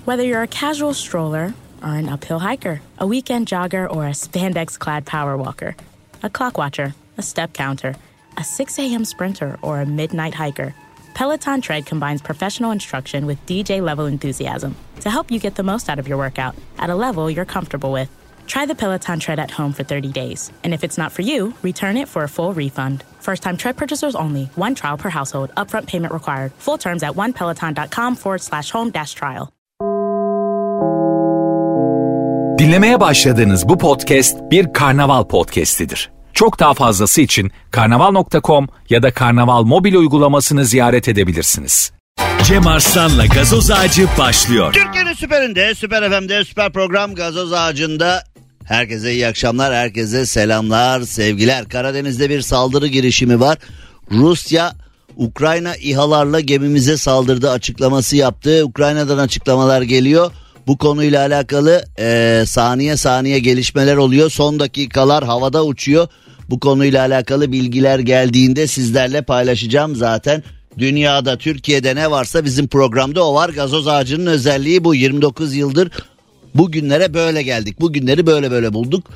Whether you're a casual stroller or an uphill hiker, a weekend jogger or a spandex-clad power walker, a clock watcher, a step counter, a 6 a.m. sprinter, or a midnight hiker, Peloton Tread combines professional instruction with DJ-level enthusiasm to help you get the most out of your workout at a level you're comfortable with. Try the Peloton Tread at home for 30 days. And if it's not for you, return it for a full refund. First-time Tread purchasers only. One trial per household. Upfront payment required. Full terms at onepeloton.com/home-trial. Dinlemeye başladığınız bu podcast bir karnaval podcastidir. Çok daha fazlası için karnaval.com ya da karnaval mobil uygulamasını ziyaret edebilirsiniz. Cem Arslan'la Gazoz Ağacı başlıyor. Türkiye'nin süperinde, Süper FM'de, süper program Gazoz Ağacı'nda. Herkese iyi akşamlar, herkese selamlar, sevgiler. Karadeniz'de bir saldırı girişimi var. Rusya, Ukrayna İHA'larla gemimize saldırdı açıklaması yaptı. Ukrayna'dan açıklamalar geliyor. Bu konuyla alakalı saniye saniye gelişmeler oluyor. Son dakikalar havada uçuyor. Bu konuyla alakalı bilgiler geldiğinde sizlerle paylaşacağım zaten. Dünyada, Türkiye'de ne varsa bizim programda o var. Gazoz Ağacı'nın özelliği bu. 29 yıldır bugünlere böyle geldik. Bugünleri böyle bulduk.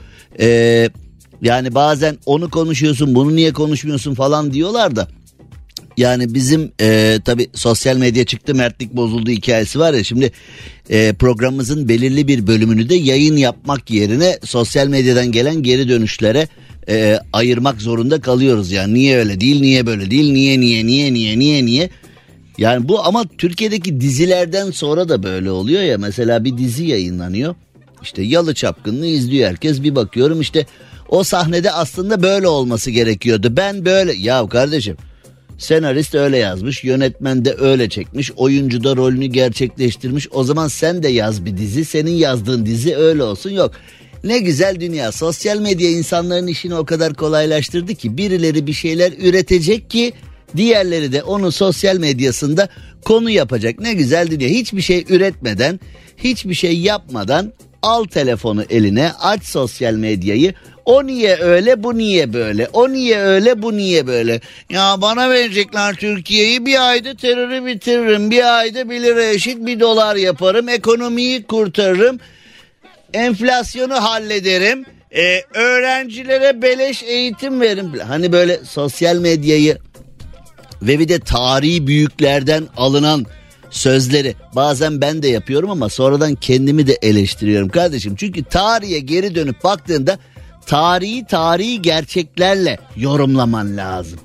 Yani bazen onu konuşuyorsun, bunu niye konuşmuyorsun falan diyorlar da. Yani bizim tabii sosyal medya çıktı, mertlik bozuldu hikayesi var ya. Şimdi programımızın belirli bir bölümünü de yayın yapmak yerine sosyal medyadan gelen geri dönüşlere ayırmak zorunda kalıyoruz. Yani niye öyle değil, niye böyle değil, niye. Yani bu ama Türkiye'deki dizilerden sonra da böyle oluyor ya. Mesela bir dizi yayınlanıyor. İşte Yalı Çapkını'nı izliyor herkes, bir bakıyorum işte o sahnede aslında böyle olması gerekiyordu. Ben böyle, ya kardeşim, senarist öyle yazmış, yönetmen de öyle çekmiş, oyuncu da rolünü gerçekleştirmiş. O zaman sen de yaz bir dizi, senin yazdığın dizi öyle olsun. Yok, ne güzel dünya. Sosyal medya insanların işini o kadar kolaylaştırdı ki birileri bir şeyler üretecek ki diğerleri de onu sosyal medyasında konu yapacak. Ne güzel dünya. Hiçbir şey üretmeden, hiçbir şey yapmadan al telefonu eline, aç sosyal medyayı. O niye öyle, bu niye böyle? O niye öyle, bu niye böyle? Ya bana verecekler Türkiye'yi, bir ayda terörü bitiririm. Bir ayda 1 lira eşit $1 yaparım. Ekonomiyi kurtarırım. Enflasyonu hallederim. Öğrencilere beleş eğitim veririm. Hani böyle sosyal medyayı ve bir de tarihi büyüklerden alınan sözleri bazen ben de yapıyorum ama sonradan kendimi de eleştiriyorum kardeşim. Çünkü tarihe geri dönüp baktığında tarihi gerçeklerle yorumlaman lazım.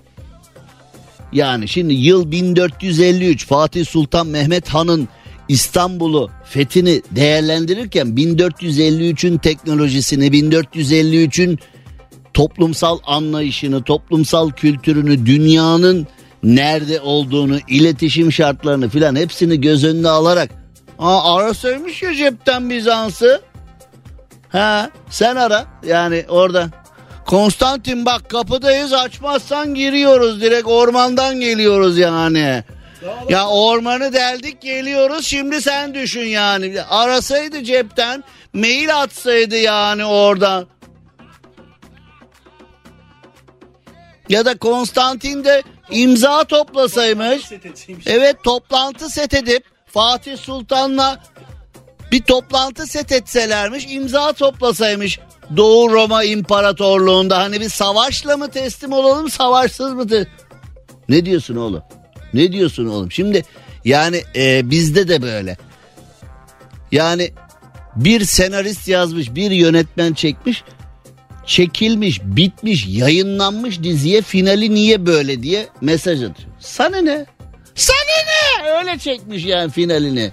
Yani şimdi yıl 1453, Fatih Sultan Mehmet Han'ın İstanbul'u fethini değerlendirirken 1453'ün teknolojisini, 1453'ün toplumsal anlayışını, toplumsal kültürünü, dünyanın nerede olduğunu, iletişim şartlarını filan hepsini göz önüne alarak arasaymış ya cepten Bizans'ı. Sen ara yani orada. Konstantin bak kapıdayız, açmazsan giriyoruz, direkt ormandan geliyoruz yani. Ya ormanı deldik geliyoruz, şimdi sen düşün yani. Arasaydı cepten, mail atsaydı yani oradan. Ya da Konstantin de imza toplasaymış. Evet, toplantı set edip Fatih Sultan'la bir toplantı set etselermiş, imza toplasaymış Doğu Roma İmparatorluğu'nda. Hani bir savaşla mı teslim olalım, savaşsız mı? Ne diyorsun oğlum? Ne diyorsun oğlum? Şimdi yani bizde de böyle. Yani bir senarist yazmış, bir yönetmen çekmiş, çekilmiş, bitmiş, yayınlanmış diziye finali niye böyle diye mesaj atıyor. Sana ne? Sana ne? Öyle çekmiş yani finalini.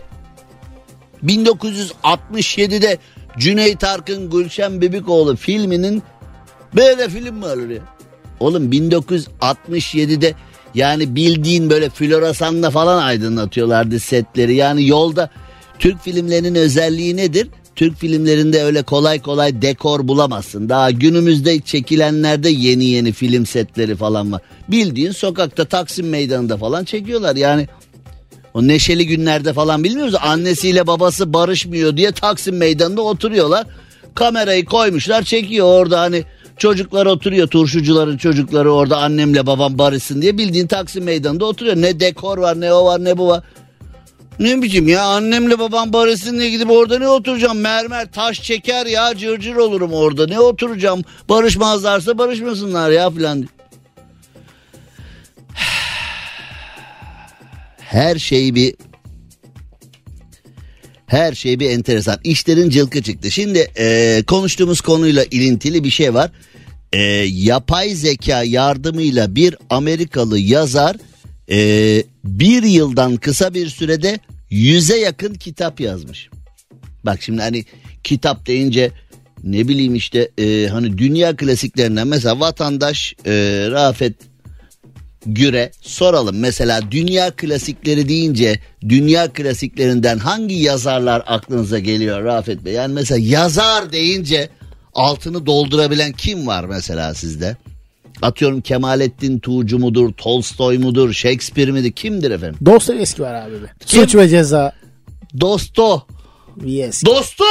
1967'de Cüneyt Arkın, Gülşen Bebikoğlu filminin böyle film mi olur ya? Oğlum 1967'de yani bildiğin böyle floresanla falan aydınlatıyorlardı setleri. Yani yolda Türk filmlerinin özelliği nedir? Türk filmlerinde öyle kolay kolay dekor bulamazsın. Daha günümüzde çekilenlerde yeni film setleri falan var. Bildiğin sokakta, Taksim Meydanı'nda falan çekiyorlar. Yani o neşeli günlerde falan, bilmiyor musun? Annesiyle babası barışmıyor diye Taksim Meydanı'nda oturuyorlar. Kamerayı koymuşlar, çekiyor orada, hani çocuklar oturuyor, turşucuların çocukları orada, annemle babam barışsın diye bildiğin Taksim Meydanı'nda oturuyor. Ne dekor var, ne o var, ne bu var. Ne biçim ya, annemle babam barışsın diye gidip orada ne oturacağım? Mermer taş çeker ya, cırcır olurum orada. Ne oturacağım? Barışmazlarsa barışmasınlar ya filan. Her şey bir enteresan. İşlerin cılkı çıktı. Şimdi konuştuğumuz konuyla ilintili bir şey var. Yapay zeka yardımıyla bir Amerikalı yazar bir yıldan kısa bir sürede 100'e yakın kitap yazmış. Bak şimdi hani kitap deyince ne bileyim işte hani dünya klasiklerinden mesela vatandaş Rafet Güre soralım. Mesela dünya klasikleri deyince dünya klasiklerinden hangi yazarlar aklınıza geliyor Rafet Bey? Yani mesela yazar deyince altını doldurabilen kim var mesela sizde? Atıyorum Kemalettin Tuğcu mudur, Tolstoy mudur, Shakespeare midir, kimdir efendim? Dostoyevski var abi. Kim? Suç ve Ceza. Dosto. Yes. Dosto.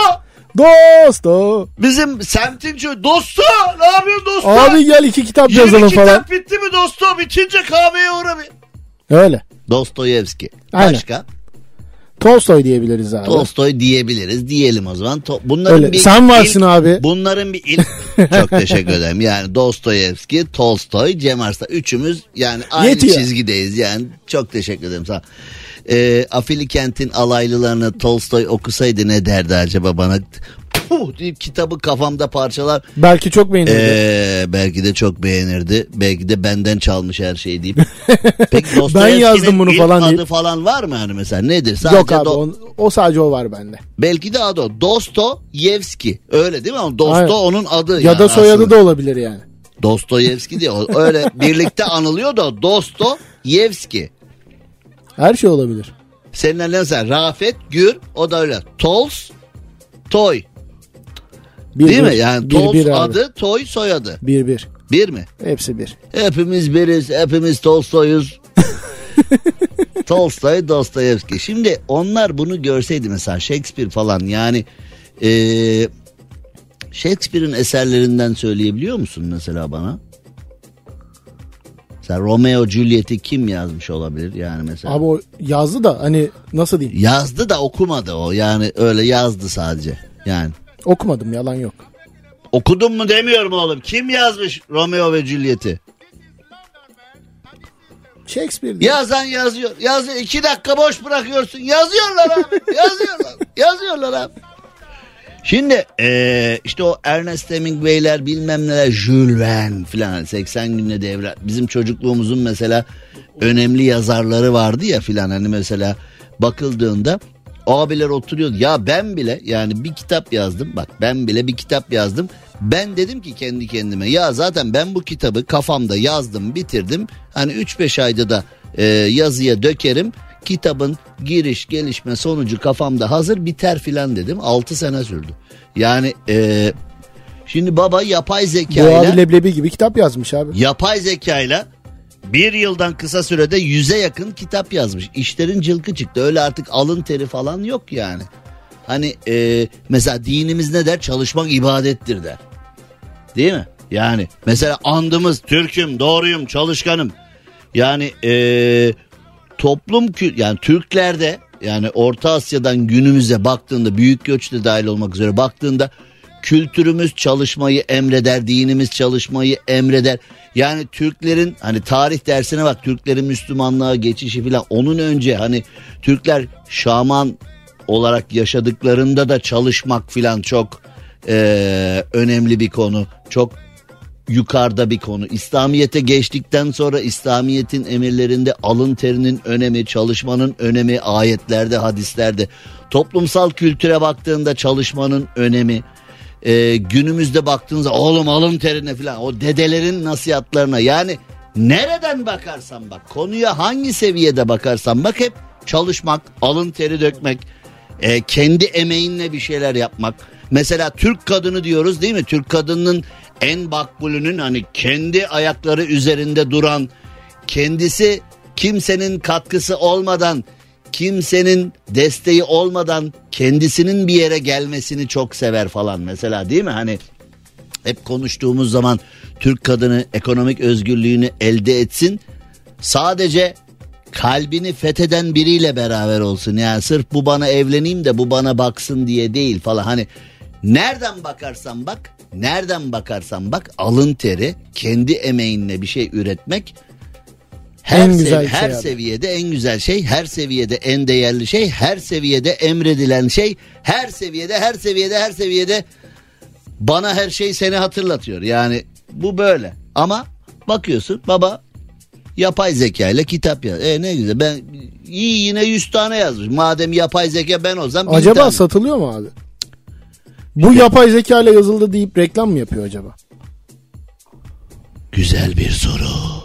Bizim semtin çocuğu. Dosto. Ne yapıyorsun Dosto? Abi gel 2 kitap yazalım falan. 20 kitap bitti mi Dosto? Bitince kahveye uğra bir. Öyle. Dostoyevski. Aynen. Başka? Tolstoy diyebiliriz abi. Tolstoy diyebiliriz. Diyelim o zaman. Bunların öyle. Sen varsın abi. Bunların bir çok teşekkür ederim. Yani Dostoyevski, Tolstoy, Cem Arslan. Üçümüz yani aynı Yetiyor. çizgideyiz. Yani çok teşekkür ederim sana. Afili Kent'in alaylılarını Tolstoy okusaydı ne derdi acaba bana? Puh deyip kitabı kafamda parçalar. Belki çok beğenirdi. Belki de çok beğenirdi. Belki de benden çalmış her şeyi deyip. Peki ben yazdım bunu ilk falan adı deyip. falan var mı hani mesela nedir? Sadece yok abi o sadece o var bende. Belki de adı o. Dostoyevski. Öyle değil mi? Dosto aynen. onun adı. Ya yani da soyadı aslında. da olabilir yani. Dostoyevski diye. Öyle birlikte anılıyor da Dostoyevski. Her şey olabilir. Senin mesela Rafet Gür, o da öyle. Tolstoy. Değil mi? Yani Tols adı, Toy soyadı. Bir. Bir mi? Hepsi bir. Hepimiz biriz. Hepimiz Tolstoy'uz. Tolstoy, Dostoyevski. Şimdi onlar bunu görseydi mesela Shakespeare falan yani Shakespeare'in eserlerinden söyleyebiliyor musun mesela bana? Mesela Romeo Juliet'i kim yazmış olabilir yani mesela? Abi o yazdı da hani nasıl diyeyim? Yazdı da okumadı o yani öyle yazdı sadece yani. Okumadım yalan yok. Okudun mu demiyorum oğlum. Kim yazmış Romeo ve Juliet'i? Shakespeare diye. Yazan yazıyor. 2 dakika boş bırakıyorsun. Yazıyorlar abi. Yazıyorlar abi. Şimdi işte o Ernest Hemingway'ler bilmem neler Jules Verne filan 80 günde devre. Bizim çocukluğumuzun mesela önemli yazarları vardı ya filan hani mesela bakıldığında abiler oturuyordu. Ya ben bile yani bir kitap yazdım. Bak ben bile bir kitap yazdım. Ben dedim ki kendi kendime ya zaten ben bu kitabı kafamda yazdım bitirdim. Hani 3-5 ayda da yazıya dökerim. Kitabın giriş gelişme sonucu kafamda hazır biter filan dedim. 6 sene sürdü. Yani şimdi baba yapay zekayla. Bu abi leblebi gibi kitap yazmış abi. Yapay zekayla bir yıldan kısa sürede 100'e yakın kitap yazmış. İşlerin cılkı çıktı. Öyle artık alın teri falan yok yani. Hani mesela dinimiz ne der? Çalışmak ibadettir der. Değil mi? Yani mesela andımız Türk'üm, doğruyum, çalışkanım. Yani toplum yani Türklerde yani Orta Asya'dan günümüze baktığında büyük göçte dahil olmak üzere baktığında kültürümüz çalışmayı emreder, dinimiz çalışmayı emreder. Yani Türklerin hani tarih dersine bak Türklerin Müslümanlığa geçişi filan onun önce hani Türkler şaman olarak yaşadıklarında da çalışmak filan çok önemli bir konu. Çok yukarıda bir konu. İslamiyet'e geçtikten sonra İslamiyet'in emirlerinde alın terinin önemi, çalışmanın önemi ayetlerde, hadislerde. Toplumsal kültüre baktığında çalışmanın önemi. Günümüzde baktığınızda oğlum alın terine falan o dedelerin nasihatlarına yani nereden bakarsan bak konuya hangi seviyede bakarsan bak hep çalışmak, alın teri dökmek, kendi emeğinle bir şeyler yapmak. Mesela Türk kadını diyoruz değil mi? Türk kadının en makbulünün hani kendi ayakları üzerinde duran, kendisi kimsenin katkısı olmadan, kimsenin desteği olmadan kendisinin bir yere gelmesini çok sever falan mesela değil mi? Hani hep konuştuğumuz zaman Türk kadını ekonomik özgürlüğünü elde etsin. Sadece kalbini fetheden biriyle beraber olsun. Yani sırf bu bana evleneyim de bu bana baksın diye değil falan. Hani nereden bakarsan bak alın teri, kendi emeğinle bir şey üretmek her seviyede en güzel şey, her seviyede en değerli şey, her seviyede emredilen şey, her seviyede bana her şey seni hatırlatıyor. Yani bu böyle. Ama bakıyorsun baba yapay zeka ile kitap yaz. Ne güzel, ben iyi yine 100 tane yazmış. Madem yapay zeka, ben o zaman 1000 acaba tane. Satılıyor mu abi? Bu yapay zeka ile yazıldı deyip reklam mı yapıyor acaba? Güzel bir soru.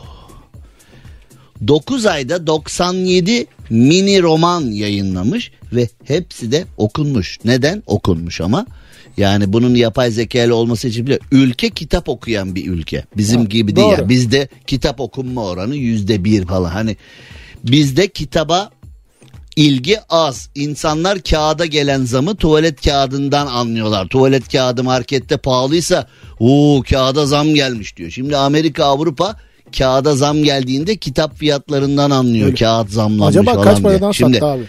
9 ayda 97 mini roman yayınlamış ve hepsi de okunmuş. Neden okunmuş ama? Yani bunun yapay zeka ile olması için bile ülke kitap okuyan bir ülke. Bizim gibi değil. Yani bizde kitap okunma oranı %1 falan. Hani bizde kitaba ilgi az. İnsanlar kağıda gelen zamı tuvalet kağıdından anlıyorlar. Tuvalet kağıdı markette pahalıysa kağıda zam gelmiş diyor. Şimdi Amerika, Avrupa kağıda zam geldiğinde kitap fiyatlarından anlıyor. Öyle. Kağıt zamlanmış acaba falan kaç paradan diye. Şimdi, sattı abi?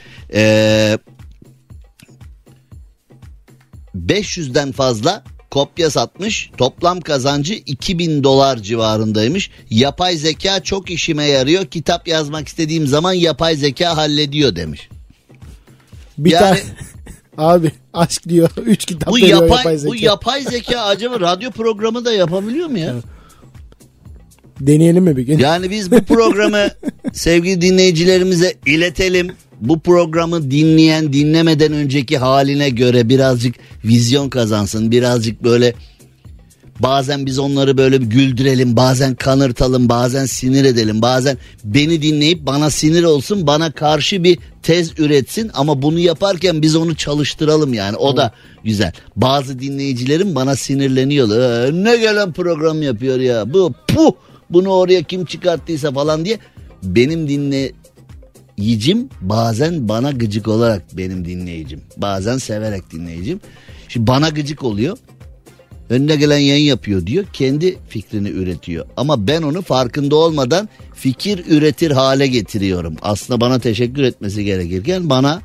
500'den fazla kopya satmış. Toplam kazancı $2000 civarındaymış. Yapay zeka çok işime yarıyor. Kitap yazmak istediğim zaman yapay zeka hallediyor demiş. Bir tane abi aşk diyor 3 kitap bu veriyor yapay zeka. Bu yapay zeka acaba radyo programı da yapabiliyor mu ya? Evet. Deneyelim mi bir gün? Yani biz bu programı sevgili dinleyicilerimize iletelim. Bu programı dinlemeden önceki haline göre birazcık vizyon kazansın. Birazcık böyle bazen biz onları böyle bir güldürelim, bazen kanırtalım, bazen sinir edelim. Bazen beni dinleyip bana sinir olsun, bana karşı bir tez üretsin ama bunu yaparken biz onu çalıştıralım yani. O da güzel. Bazı dinleyicilerim bana sinirleniyorlar. Ne gelen program yapıyor ya. Bunu oraya kim çıkarttıysa falan diye. Benim dinleyicim bazen bana gıcık olarak benim dinleyicim. Bazen severek dinleyicim. Şimdi bana gıcık oluyor. Önüne gelen yayın yapıyor diyor. Kendi fikrini üretiyor. Ama ben onu farkında olmadan fikir üretir hale getiriyorum. Aslında bana teşekkür etmesi gerekirken bana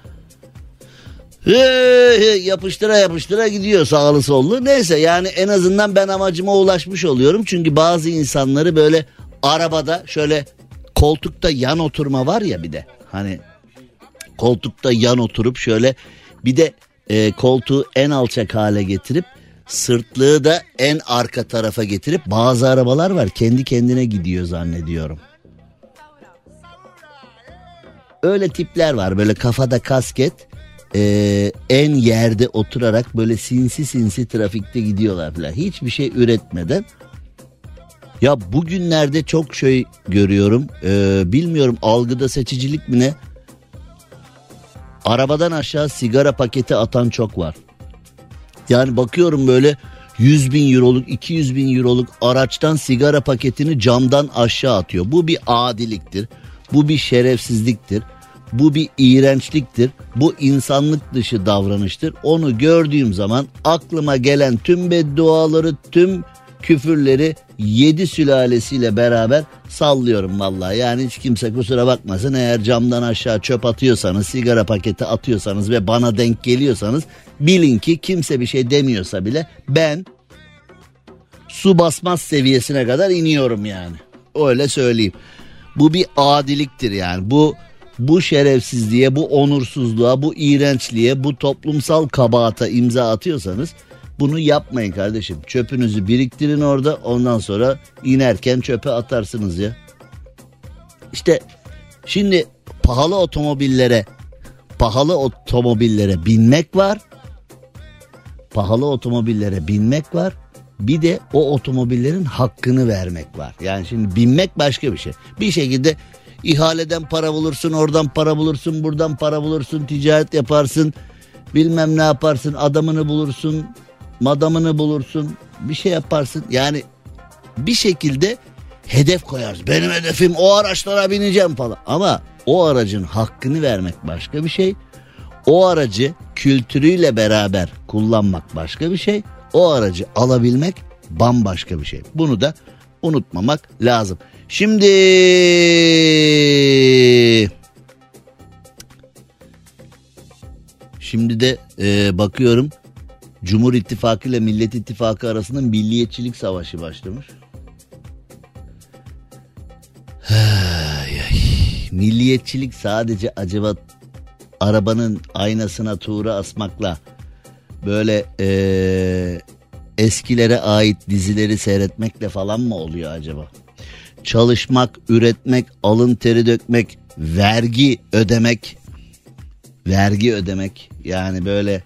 yapıştıra gidiyor sağlı sollu. Neyse yani en azından ben amacıma ulaşmış oluyorum. Çünkü bazı insanları böyle arabada şöyle koltukta yan oturma var ya, bir de hani koltukta yan oturup şöyle bir de koltuğu en alçak hale getirip sırtlığı da en arka tarafa getirip bazı arabalar var kendi kendine gidiyor zannediyorum. Öyle tipler var böyle kafada kasket, en yerde oturarak böyle sinsi trafikte gidiyorlar falan. Hiçbir şey üretmeden. Ya bugünlerde çok şey görüyorum. Bilmiyorum, algıda seçicilik mi ne? Arabadan aşağı sigara paketi atan çok var. Yani bakıyorum böyle 100.000 euroluk 200.000 euroluk araçtan sigara paketini camdan aşağı atıyor. Bu bir adiliktir. Bu bir şerefsizliktir. Bu bir iğrençliktir. Bu insanlık dışı davranıştır. Onu gördüğüm zaman aklıma gelen tüm bedduaları, tüm küfürleri 7 sülalesiyle beraber sallıyorum vallahi. Yani hiç kimse kusura bakmasın, eğer camdan aşağı çöp atıyorsanız, sigara paketi atıyorsanız ve bana denk geliyorsanız bilin ki kimse bir şey demiyorsa bile ben su basmaz seviyesine kadar iniyorum yani. Öyle söyleyeyim. Bu bir adiliktir yani. Bu şerefsizliğe, bu onursuzluğa, bu iğrençliğe, bu toplumsal kabahata imza atıyorsanız bunu yapmayın kardeşim. Çöpünüzü biriktirin orada, ondan sonra inerken çöpe atarsınız ya. İşte şimdi pahalı otomobillere binmek var. Pahalı otomobillere binmek var. Bir de o otomobillerin hakkını vermek var. Yani şimdi binmek başka bir şey. Bir şekilde ihaleden para bulursun, oradan para bulursun, buradan para bulursun, ticaret yaparsın, bilmem ne yaparsın, adamını bulursun, madamını bulursun, bir şey yaparsın. Yani bir şekilde hedef koyarsın. Benim hedefim o araçlara bineceğim falan. Ama o aracın hakkını vermek başka bir şey. O aracı kültürüyle beraber kullanmak başka bir şey. O aracı alabilmek bambaşka bir şey. Bunu da unutmamak lazım. Şimdi de bakıyorum Cumhur İttifakı ile Millet İttifakı arasında milliyetçilik savaşı başlamış. Milliyetçilik sadece acaba arabanın aynasına tuğra asmakla, böyle eskilere ait dizileri seyretmekle falan mı oluyor acaba? Çalışmak, üretmek, alın teri dökmek, vergi ödemek, yani böyle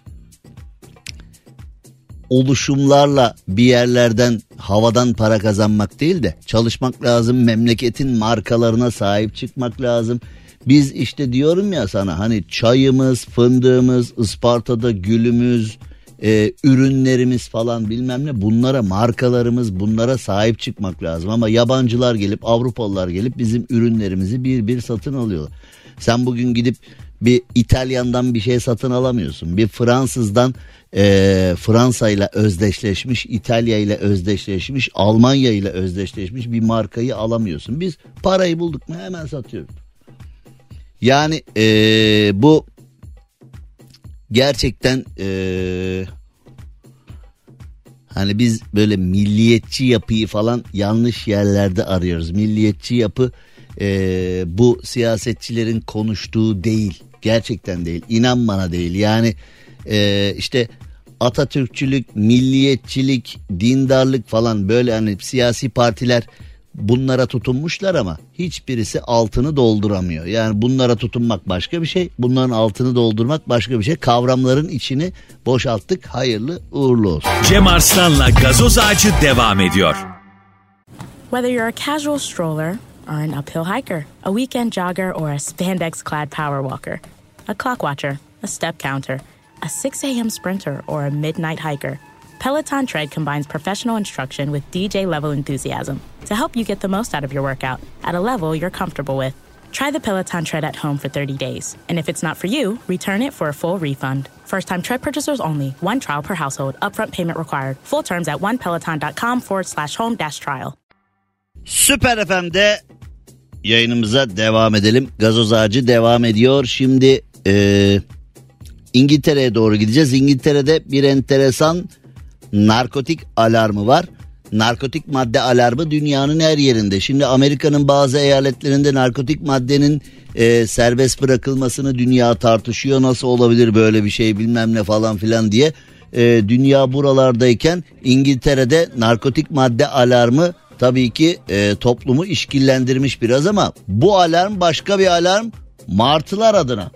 oluşumlarla bir yerlerden, havadan para kazanmak değil de çalışmak lazım, memleketin markalarına sahip çıkmak lazım. Biz işte diyorum ya sana, hani çayımız, fındığımız, Isparta'da gülümüz, ürünlerimiz falan bilmem ne, bunlara, markalarımız, bunlara sahip çıkmak lazım. Ama yabancılar gelip, Avrupalılar gelip bizim ürünlerimizi bir satın alıyorlar. Sen bugün gidip bir İtalyan'dan bir şey satın alamıyorsun. Bir Fransız'dan Fransa ile özdeşleşmiş, İtalya ile özdeşleşmiş, Almanya ile özdeşleşmiş bir markayı alamıyorsun. Biz parayı bulduk mu hemen satıyoruz. Yani bu gerçekten hani biz böyle milliyetçi yapıyı falan yanlış yerlerde arıyoruz. Milliyetçi yapı bu siyasetçilerin konuştuğu değil. Gerçekten değil. İnan bana değil. Yani işte Atatürkçülük, milliyetçilik, dindarlık falan, böyle hani siyasi partiler bunlara tutunmuşlar ama hiçbirisi altını dolduramıyor. Yani bunlara tutunmak başka bir şey, bunların altını doldurmak başka bir şey. Kavramların içini boşalttık. Hayırlı uğurlu olsun. Cem Arslan'la Gazoz Ağacı devam ediyor. Whether you're a casual stroller or an uphill hiker, a weekend jogger or a spandex-clad power walker, a clock watcher, a step counter, a 6 a.m. sprinter or a midnight hiker, Peloton Tread combines professional instruction with DJ-level enthusiasm to help you get the most out of your workout at a level you're comfortable with. Try the Peloton Tread at home for 30 days, and if it's not for you, return it for a full refund. First-time Tread purchasers only. One trial per household. Upfront payment required. Full terms at onepeloton.com/home-trial. Süper FM'de yayınımıza devam edelim. Gazoz Ağacı devam ediyor. Şimdi İngiltere'ye doğru gideceğiz. İngiltere'de bir enteresan narkotik alarmı var. Narkotik madde alarmı dünyanın her yerinde. Şimdi Amerika'nın bazı eyaletlerinde narkotik maddenin serbest bırakılmasını dünya tartışıyor. Nasıl olabilir böyle bir şey, bilmem ne falan filan diye. Dünya buralardayken İngiltere'de narkotik madde alarmı tabii ki toplumu işkillendirmiş biraz, ama bu alarm başka bir alarm, martılar adına.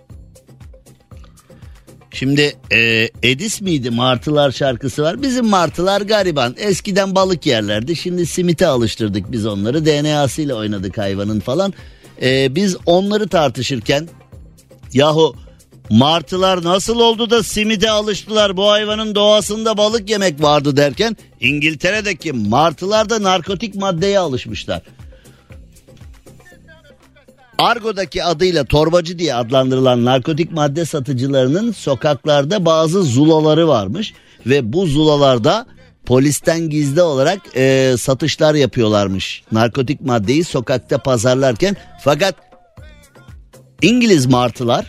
Şimdi Edis miydi, Martılar şarkısı var. Bizim martılar gariban, eskiden balık yerlerdi, şimdi simite alıştırdık biz onları, DNA'sıyla oynadık hayvanın falan. Biz onları tartışırken, yahu martılar nasıl oldu da simite alıştılar, bu hayvanın doğasında balık yemek vardı derken, İngiltere'deki martılar da narkotik maddeye alışmışlar. Argo'daki adıyla torbacı diye adlandırılan narkotik madde satıcılarının sokaklarda bazı zulaları varmış ve bu zulalarda polisten gizli olarak satışlar yapıyorlarmış narkotik maddeyi sokakta pazarlarken. Fakat İngiliz martılar,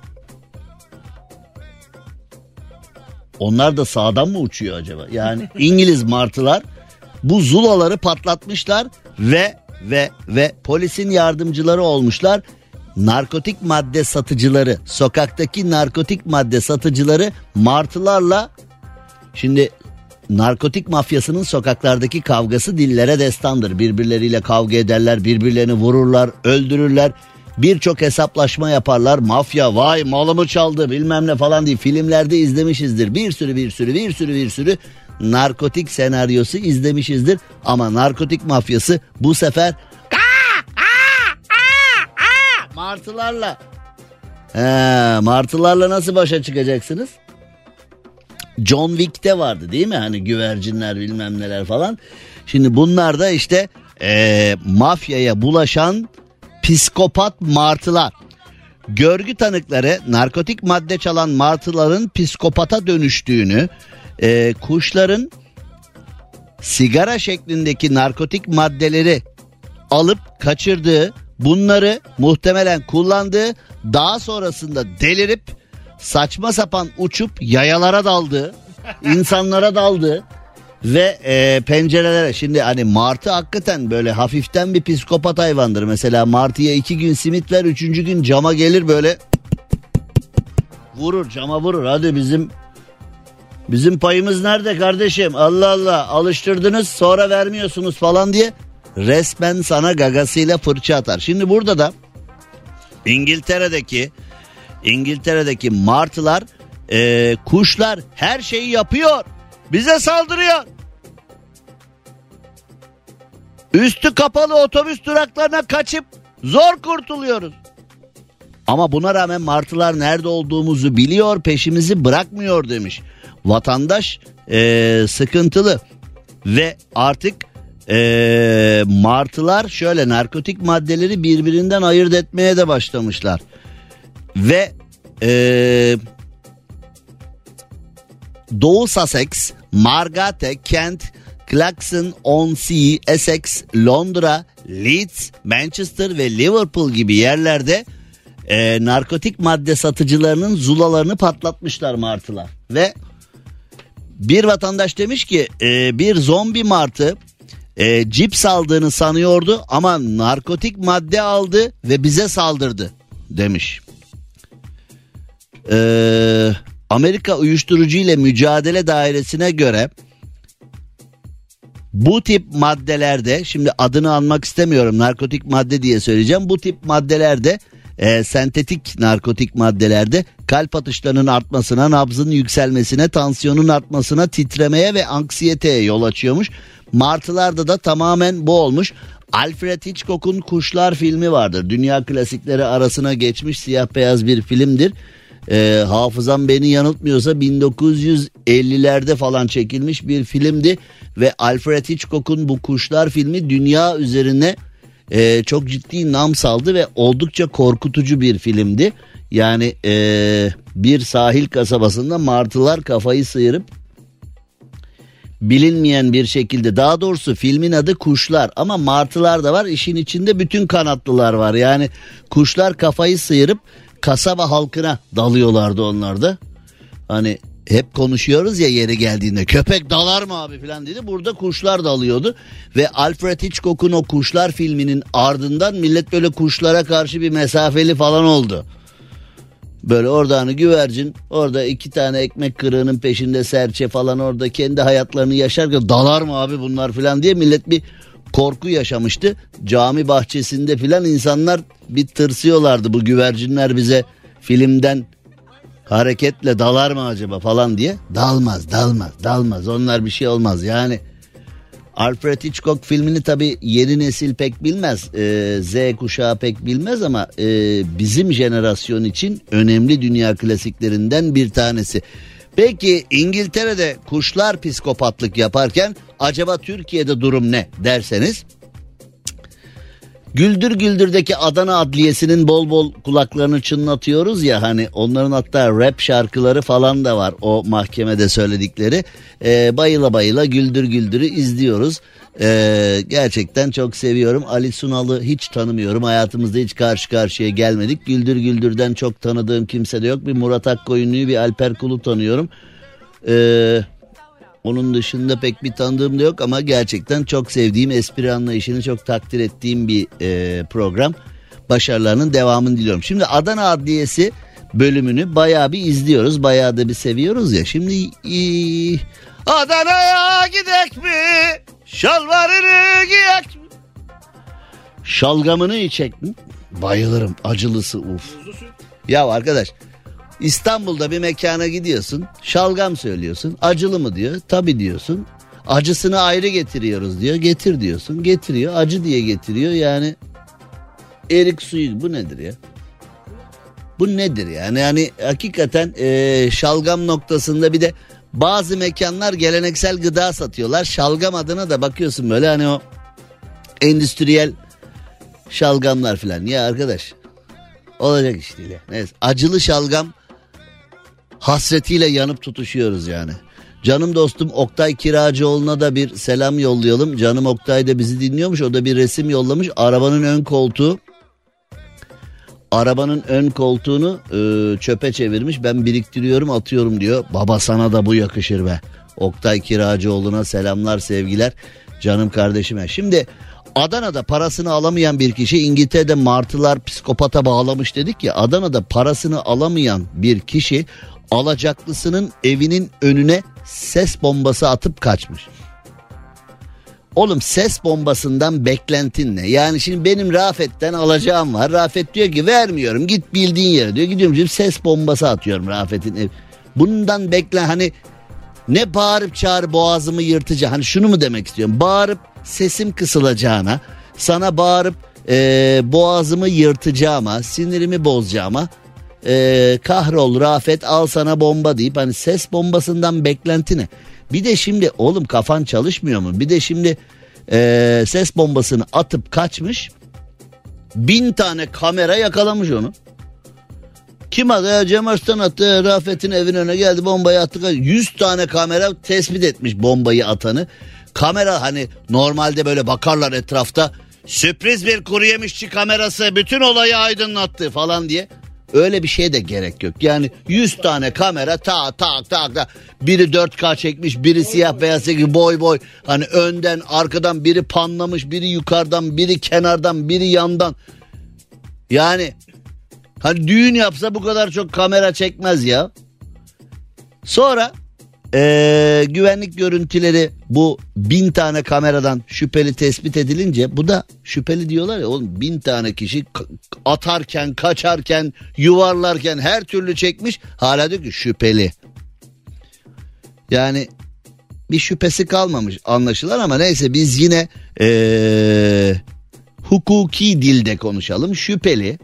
onlar da sağdan mı uçuyor acaba? Yani İngiliz martılar bu zulaları patlatmışlar ve polisin yardımcıları olmuşlar. Narkotik madde satıcıları, sokaktaki narkotik madde satıcıları martılarla, şimdi narkotik mafyasının sokaklardaki kavgası dillere destandır. Birbirleriyle kavga ederler, birbirlerini vururlar, öldürürler. Birçok hesaplaşma yaparlar. Mafya vay malımı çaldı bilmem ne falan diye filmlerde izlemişizdir. Bir sürü narkotik senaryosu izlemişizdir. Ama narkotik mafyası bu sefer martılarla. Martılarla nasıl başa çıkacaksınız? John Wick'te vardı değil mi? Hani güvercinler bilmem neler falan. Şimdi bunlar da işte mafyaya bulaşan psikopat martılar. Görgü tanıkları narkotik madde çalan martıların psikopata dönüştüğünü, kuşların sigara şeklindeki narkotik maddeleri alıp kaçırdığı, bunları muhtemelen kullandığı, daha sonrasında delirip saçma sapan uçup yayalara daldığı, insanlara daldığı ve pencerelere, şimdi hani martı hakikaten böyle hafiften bir psikopat hayvandır. Mesela martıya 2 gün simit ver, 3. gün cama gelir böyle vurur, cama vurur. Hadi bizim payımız nerede kardeşim, Allah Allah, alıştırdınız sonra vermiyorsunuz falan diye resmen sana gagasıyla fırça atar. Şimdi burada da İngiltere'deki martılar, kuşlar her şeyi yapıyor, bize saldırıyor. Üstü kapalı otobüs duraklarına kaçıp zor kurtuluyoruz. Ama buna rağmen martılar nerede olduğumuzu biliyor, peşimizi bırakmıyor demiş. Vatandaş sıkıntılı ve artık martılar şöyle narkotik maddeleri birbirinden ayırt etmeye de başlamışlar. Ve Doğu Sussex, Margate, Kent, Clacton-on-Sea, Essex, Londra, Leeds, Manchester ve Liverpool gibi yerlerde narkotik madde satıcılarının zulalarını patlatmışlar martılar. Ve bir vatandaş demiş ki bir zombi martı cips aldığını sanıyordu ama narkotik madde aldı ve bize saldırdı demiş. Amerika Uyuşturucu ile Mücadele Dairesi'ne göre bu tip maddelerde, şimdi adını almak istemiyorum, narkotik madde diye söyleyeceğim. Bu tip maddelerde sentetik narkotik maddelerde kalp atışlarının artmasına, nabzın yükselmesine, tansiyonun artmasına, titremeye ve anksiyeteye yol açıyormuş. Martılarda da tamamen bu olmuş. Alfred Hitchcock'un Kuşlar filmi vardır. Dünya klasikleri arasına geçmiş siyah beyaz bir filmdir. Hafızam beni yanıltmıyorsa 1950'lerde falan çekilmiş bir filmdi. Ve Alfred Hitchcock'un bu Kuşlar filmi dünya üzerine çok ciddi nam saldı ve oldukça korkutucu bir filmdi. Yani bir sahil kasabasında martılar kafayı sıyırıp bilinmeyen bir şekilde, daha doğrusu filmin adı Kuşlar ama martılar da var, işin içinde bütün kanatlılar var. Yani kuşlar kafayı sıyırıp kasaba halkına dalıyorlardı onlar da. Hani hep konuşuyoruz ya yeri geldiğinde, köpek dalar mı abi falan dedi. Burada kuşlar dalıyordu ve Alfred Hitchcock'un o Kuşlar filminin ardından millet böyle kuşlara karşı bir mesafeli falan oldu. Böyle orada hani güvercin, orada 2 tane ekmek kırığının peşinde serçe falan orada kendi hayatlarını yaşarken dalar mı abi bunlar falan diye millet bir korku yaşamıştı. Cami bahçesinde falan insanlar bir tırsıyorlardı, bu güvercinler bize filmden hareketle dalar mı acaba falan diye. Dalmaz onlar bir şey olmaz yani. Alfred Hitchcock filmini tabii yeni nesil pek bilmez, Z kuşağı pek bilmez ama bizim jenerasyon için önemli dünya klasiklerinden bir tanesi. Peki İngiltere'de kuşlar psikopatlık yaparken acaba Türkiye'de durum ne derseniz, Güldür Güldür'deki Adana Adliyesi'nin bol bol kulaklarını çınlatıyoruz ya, hani onların hatta rap şarkıları falan da var o mahkemede söyledikleri. Bayıla bayıla Güldür Güldür'ü izliyoruz. Gerçekten çok seviyorum. Ali Sunal'ı hiç tanımıyorum. Hayatımızda hiç karşı karşıya gelmedik. Güldür Güldür'den çok tanıdığım kimse de yok. Bir Murat Akkoyunlu'yu, bir Alper Kul'u tanıyorum. Onun dışında pek bir tanıdığım da yok ama gerçekten çok sevdiğim, espri anlayışını çok takdir ettiğim bir program. Başarılarının devamını diliyorum. Şimdi Adana Adliyesi bölümünü bayağı bir izliyoruz, bayağı da bir seviyoruz ya. Şimdi Adana'ya gidek mi? Şalvarını giyek mi? Şalgamını içek mi? Bayılırım, acılısı uf. Ya arkadaş, İstanbul'da bir mekana gidiyorsun, şalgam söylüyorsun, acılı mı diyor, tabii diyorsun. Acısını ayrı getiriyoruz diyor, getir diyorsun, getiriyor, acı diye getiriyor. Yani erik suyu, bu nedir ya? Bu nedir yani? Yani hakikaten şalgam noktasında bir de bazı mekanlar geleneksel gıda satıyorlar. Şalgam adına da bakıyorsun böyle hani o endüstriyel şalgamlar falan. Ya arkadaş, olacak iş değil ya. Neyse, acılı şalgam hasretiyle yanıp tutuşuyoruz yani. Canım dostum Oktay Kiracıoğlu'na da bir selam yollayalım. Canım Oktay da bizi dinliyormuş. O da bir resim yollamış. Arabanın ön koltuğunu çöpe çevirmiş. Ben biriktiriyorum, atıyorum diyor. Baba sana da bu yakışır be. Oktay Kiracıoğlu'na selamlar, sevgiler. Canım kardeşime. Şimdi Adana'da parasını alamayan bir kişi, İngiltere'de martılar psikopata bağlamış dedik ya. Adana'da parasını alamayan bir kişi alacaklısının evinin önüne ses bombası atıp kaçmış. Oğlum ses bombasından beklentin ne? Yani şimdi benim Rafet'ten alacağım var. Rafet diyor ki vermiyorum, git bildiğin yere diyor. Gidiyorum şimdi ses bombası atıyorum Rafet'in ev. Bundan beklen, hani ne bağırıp çağır boğazımı yırtacağım. Hani şunu mu demek istiyorum? Bağırıp sesim kısılacağına, sana bağırıp boğazımı yırtacağıma, sinirimi bozacağıma, kahrol Rafet al sana bomba deyip hani ses bombasından beklenti ne? Bir de şimdi oğlum kafan çalışmıyor mu? Bir de şimdi ses bombasını atıp kaçmış. 1000 tane kamera yakalamış onu. Kim adı? Cem Arslan attı. Rafet'in evin önüne geldi, bombayı attı. 100 tane kamera tespit etmiş bombayı atanı. Kamera hani normalde böyle bakarlar etrafta. Sürpriz bir kuru yemişçi kamerası bütün olayı aydınlattı falan diye. Öyle bir şeye de gerek yok. Yani 100 tane kamera tak. Biri 4K çekmiş, biri siyah beyaz çekmiş, boy. Hani önden arkadan biri panlamış, biri yukarıdan, biri kenardan, biri yandan. Yani hani düğün yapsa bu kadar çok kamera çekmez ya. Sonra güvenlik görüntüleri bu 1000 tane kameradan şüpheli tespit edilince, bu da şüpheli diyorlar ya oğlum, 1000 tane kişi atarken, kaçarken, yuvarlarken her türlü çekmiş, hala diyor ki şüpheli. Yani bir şüphesi kalmamış anlaşılan, ama neyse biz yine hukuki dilde konuşalım. Şüpheli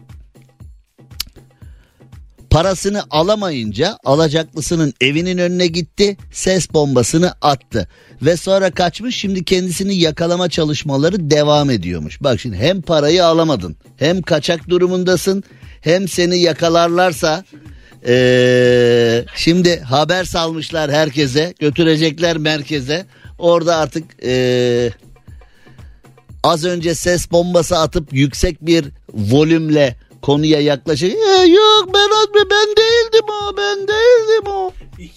parasını alamayınca alacaklısının evinin önüne gitti, ses bombasını attı ve sonra kaçmış. Şimdi kendisini yakalama çalışmaları devam ediyormuş. Bak şimdi hem parayı alamadın, hem kaçak durumundasın, hem seni yakalarlarsa şimdi haber salmışlar herkese, götürecekler merkeze. Orada artık az önce ses bombası atıp yüksek bir volümle konuya yaklaşık yok ben değildim o.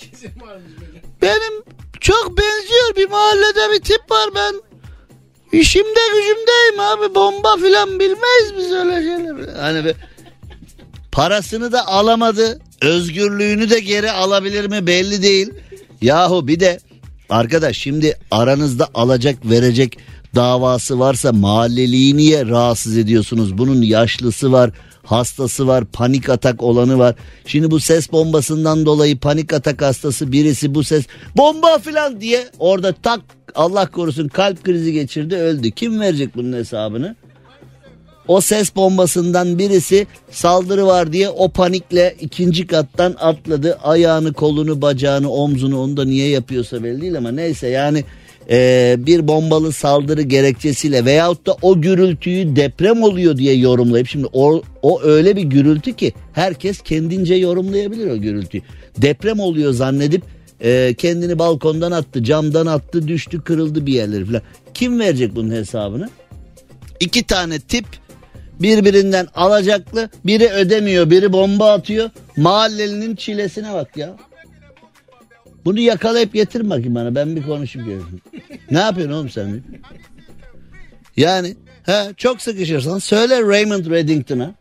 Benim çok benziyor bir mahallede bir tip var, ben işimde gücümdeyim abi, bomba filan bilmeyiz biz öyle şeyler. Hani parasını da alamadı, özgürlüğünü de geri alabilir mi belli değil. Yahu bir de arkadaş şimdi aranızda alacak verecek davası varsa mahalleliyi niye rahatsız ediyorsunuz? Bunun yaşlısı var, hastası var, panik atak olanı var. Şimdi bu ses bombasından dolayı panik atak hastası birisi bu ses bomba falan diye orada tak, Allah korusun kalp krizi geçirdi, öldü. Kim verecek bunun hesabını? O ses bombasından birisi saldırı var diye o panikle 2. kattan atladı. Ayağını, kolunu, bacağını, omzunu, onu da niye yapıyorsa belli değil ama neyse yani bir bombalı saldırı gerekçesiyle veyahut da o gürültüyü deprem oluyor diye yorumlayıp, şimdi o öyle bir gürültü ki herkes kendince yorumlayabilir o gürültüyü. Deprem oluyor zannedip kendini balkondan attı, camdan attı, düştü, kırıldı bir yerleri falan. Kim verecek bunun hesabını? 2 tane tip birbirinden alacaklı, biri ödemiyor, biri bomba atıyor. Mahallelinin çilesine bak ya. Bunu yakalayıp getirin bakayım bana, ben bir konuşup göreyim. Ne yapıyorsun oğlum sen? Yani çok sıkışırsan söyle Raymond Reddington'a.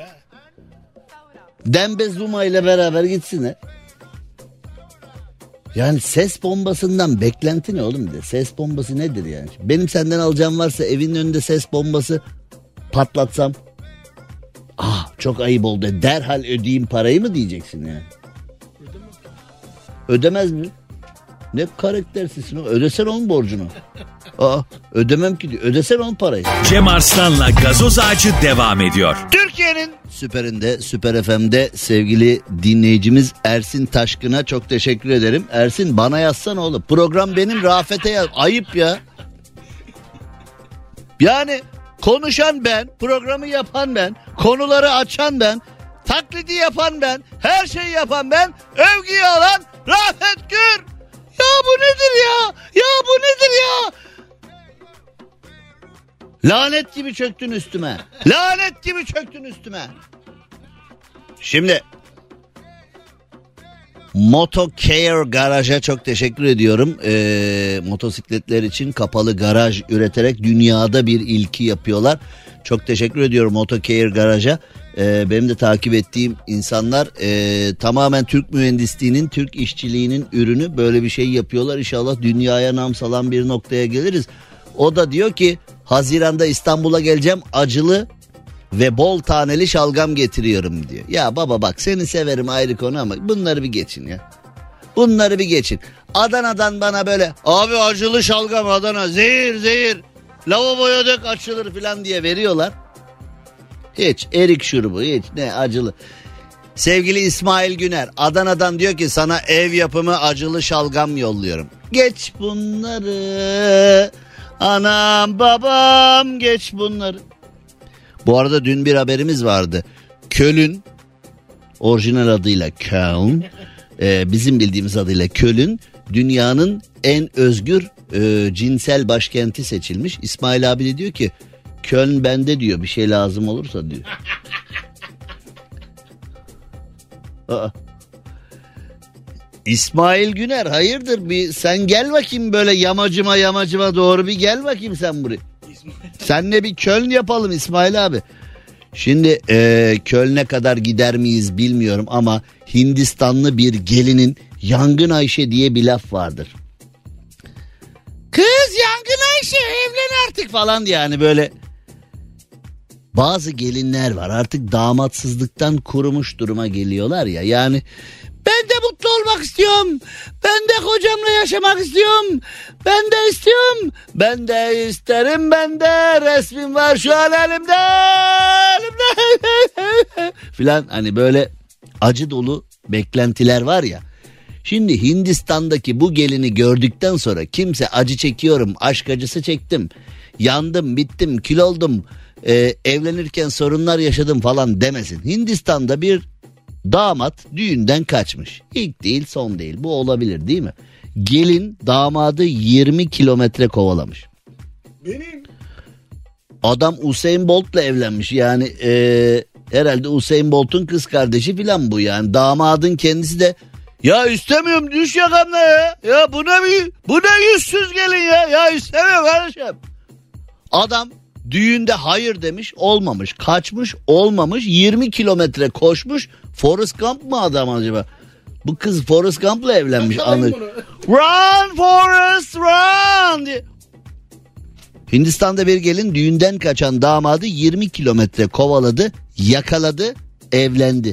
Dembe Zuma ile beraber gitsinler. Yani ses bombasından beklenti ne oğlum de? Ses bombası nedir yani? Benim senden alacağım varsa evinin önünde ses bombası patlatsam, çok ayıp oldu, derhal ödeyeyim parayı mı diyeceksin yani? Ödemez mi? Ne karaktersizsin o. Ödesen onun borcunu. Ödemem ki diyor. Ödesen onun parayı. Cem Arslan'la Gazoz Ağacı devam ediyor. Türkiye'nin süperinde, Süper FM'de sevgili dinleyicimiz Ersin Taşkın'a çok teşekkür ederim. Ersin bana yazsana oğlum. Program benim, Rafet'e yaz. Ayıp ya. Yani konuşan ben, programı yapan ben, konuları açan ben, taklidi yapan ben, her şeyi yapan ben, övgüyü alan Rafet Gür. Ya Lanet gibi çöktün üstüme. Lanet gibi çöktün üstüme. Şimdi Motocare Garaj'a çok teşekkür ediyorum. Motosikletler için kapalı garaj üreterek dünyada bir ilki yapıyorlar. Çok teşekkür ediyorum Motocare Garaj'a. Benim de takip ettiğim insanlar tamamen Türk mühendisliğinin, Türk işçiliğinin ürünü, böyle bir şey yapıyorlar. İnşallah dünyaya nam salan bir noktaya geliriz. O da diyor ki Haziran'da İstanbul'a geleceğim, acılı ve bol taneli şalgam getiriyorum diyor. Ya baba bak, seni severim ayrı konu ama bunları bir geçin ya. Bunları bir geçin. Adana'dan bana böyle abi acılı şalgam Adana zehir lavaboya dök açılır falan diye veriyorlar. Hiç erik şurubu, hiç ne acılı. Sevgili İsmail Güner Adana'dan diyor ki sana ev yapımı acılı şalgam yolluyorum. Geç bunları anam babam, geç bunları. Bu arada dün bir haberimiz vardı. Köln, orijinal adıyla Köln, bizim bildiğimiz adıyla Köln, dünyanın en özgür cinsel başkenti seçilmiş. İsmail abi de diyor ki Köln bende diyor, bir şey lazım olursa diyor. İsmail Güner hayırdır, bir sen gel bakayım böyle yamacıma doğru bir gel bakayım sen buraya. Seninle bir Köln yapalım İsmail abi. Şimdi Köln'e kadar gider miyiz bilmiyorum ama Hindistanlı bir gelinin Yangın Ayşe diye bir laf vardır. Kız Yangın Ayşe evlen artık falan diye, yani böyle bazı gelinler var artık damatsızlıktan kurumuş duruma geliyorlar ya, yani ben de mutlu olmak istiyorum, ben de kocamla yaşamak istiyorum, ben de istiyorum, ben de isterim, ben de resmim var şu an elimde filan, hani böyle acı dolu beklentiler var ya. Şimdi Hindistan'daki bu gelini gördükten sonra kimse acı çekiyorum, aşk acısı çektim, yandım, bittim, kül oldum, evlenirken sorunlar yaşadım falan demesin. Hindistan'da bir damat düğünden kaçmış. İlk değil son değil, bu olabilir değil mi? Gelin damadı 20 kilometre kovalamış. Benim. Adam Usain Bolt'la evlenmiş yani herhalde Usain Bolt'un kız kardeşi filan bu yani. Damadın kendisi de ya istemiyorum düş yakamda ya bu ne yüzsüz gelin ya istemiyorum kardeşim. Adam düğünde hayır demiş, olmamış, kaçmış, olmamış, 20 kilometre koşmuş. Forrest Gump mı adam acaba? Bu kız Forrest Gump'la evlenmiş. Run Forrest run diye. Hindistan'da bir gelin düğünden kaçan damadı 20 kilometre kovaladı, yakaladı, evlendi.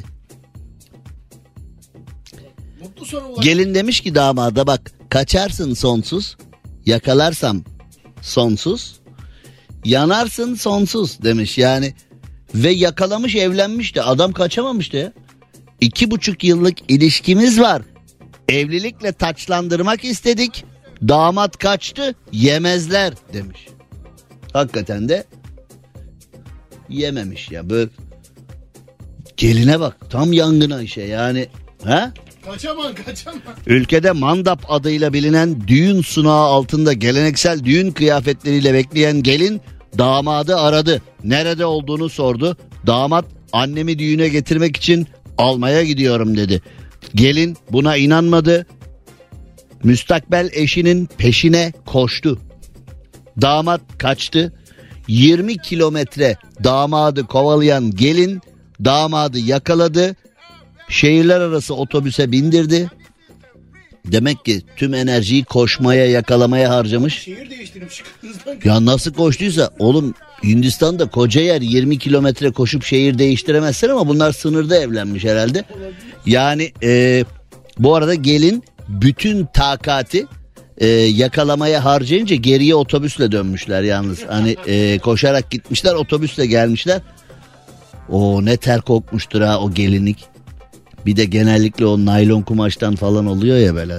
Gelin demiş ki damada bak, kaçarsın sonsuz, yakalarsam sonsuz, yanarsın sonsuz demiş yani. Ve yakalamış, evlenmiş de adam kaçamamış da ya. 2,5 yıllık ilişkimiz var. Evlilikle taçlandırmak istedik. Damat kaçtı, yemezler demiş. Hakikaten de yememiş ya. Böyle geline bak, tam Yangın Ayşe yani. Ha? Kaçamam. Ülkede mandap adıyla bilinen düğün sunağı altında geleneksel düğün kıyafetleriyle bekleyen gelin damadı aradı. Nerede olduğunu sordu. Damat annemi düğüne getirmek için almaya gidiyorum dedi. Gelin buna inanmadı. Müstakbel eşinin peşine koştu. Damat kaçtı. 20 kilometre damadı kovalayan gelin damadı yakaladı. Şehirler arası otobüse bindirdi. Demek ki tüm enerjiyi koşmaya, yakalamaya harcamış. Şehir değiştirmiş. Ya nasıl koştuysa oğlum, Hindistan'da koca yer, 20 kilometre koşup şehir değiştiremezsin ama bunlar sınırda evlenmiş herhalde. Yani bu arada gelin bütün takati yakalamaya harcayınca geriye otobüsle dönmüşler yalnız. Hani koşarak gitmişler, otobüsle gelmişler. O ne ter kokmuştur ha o gelinlik. Bir de genellikle o naylon kumaştan falan oluyor ya böyle.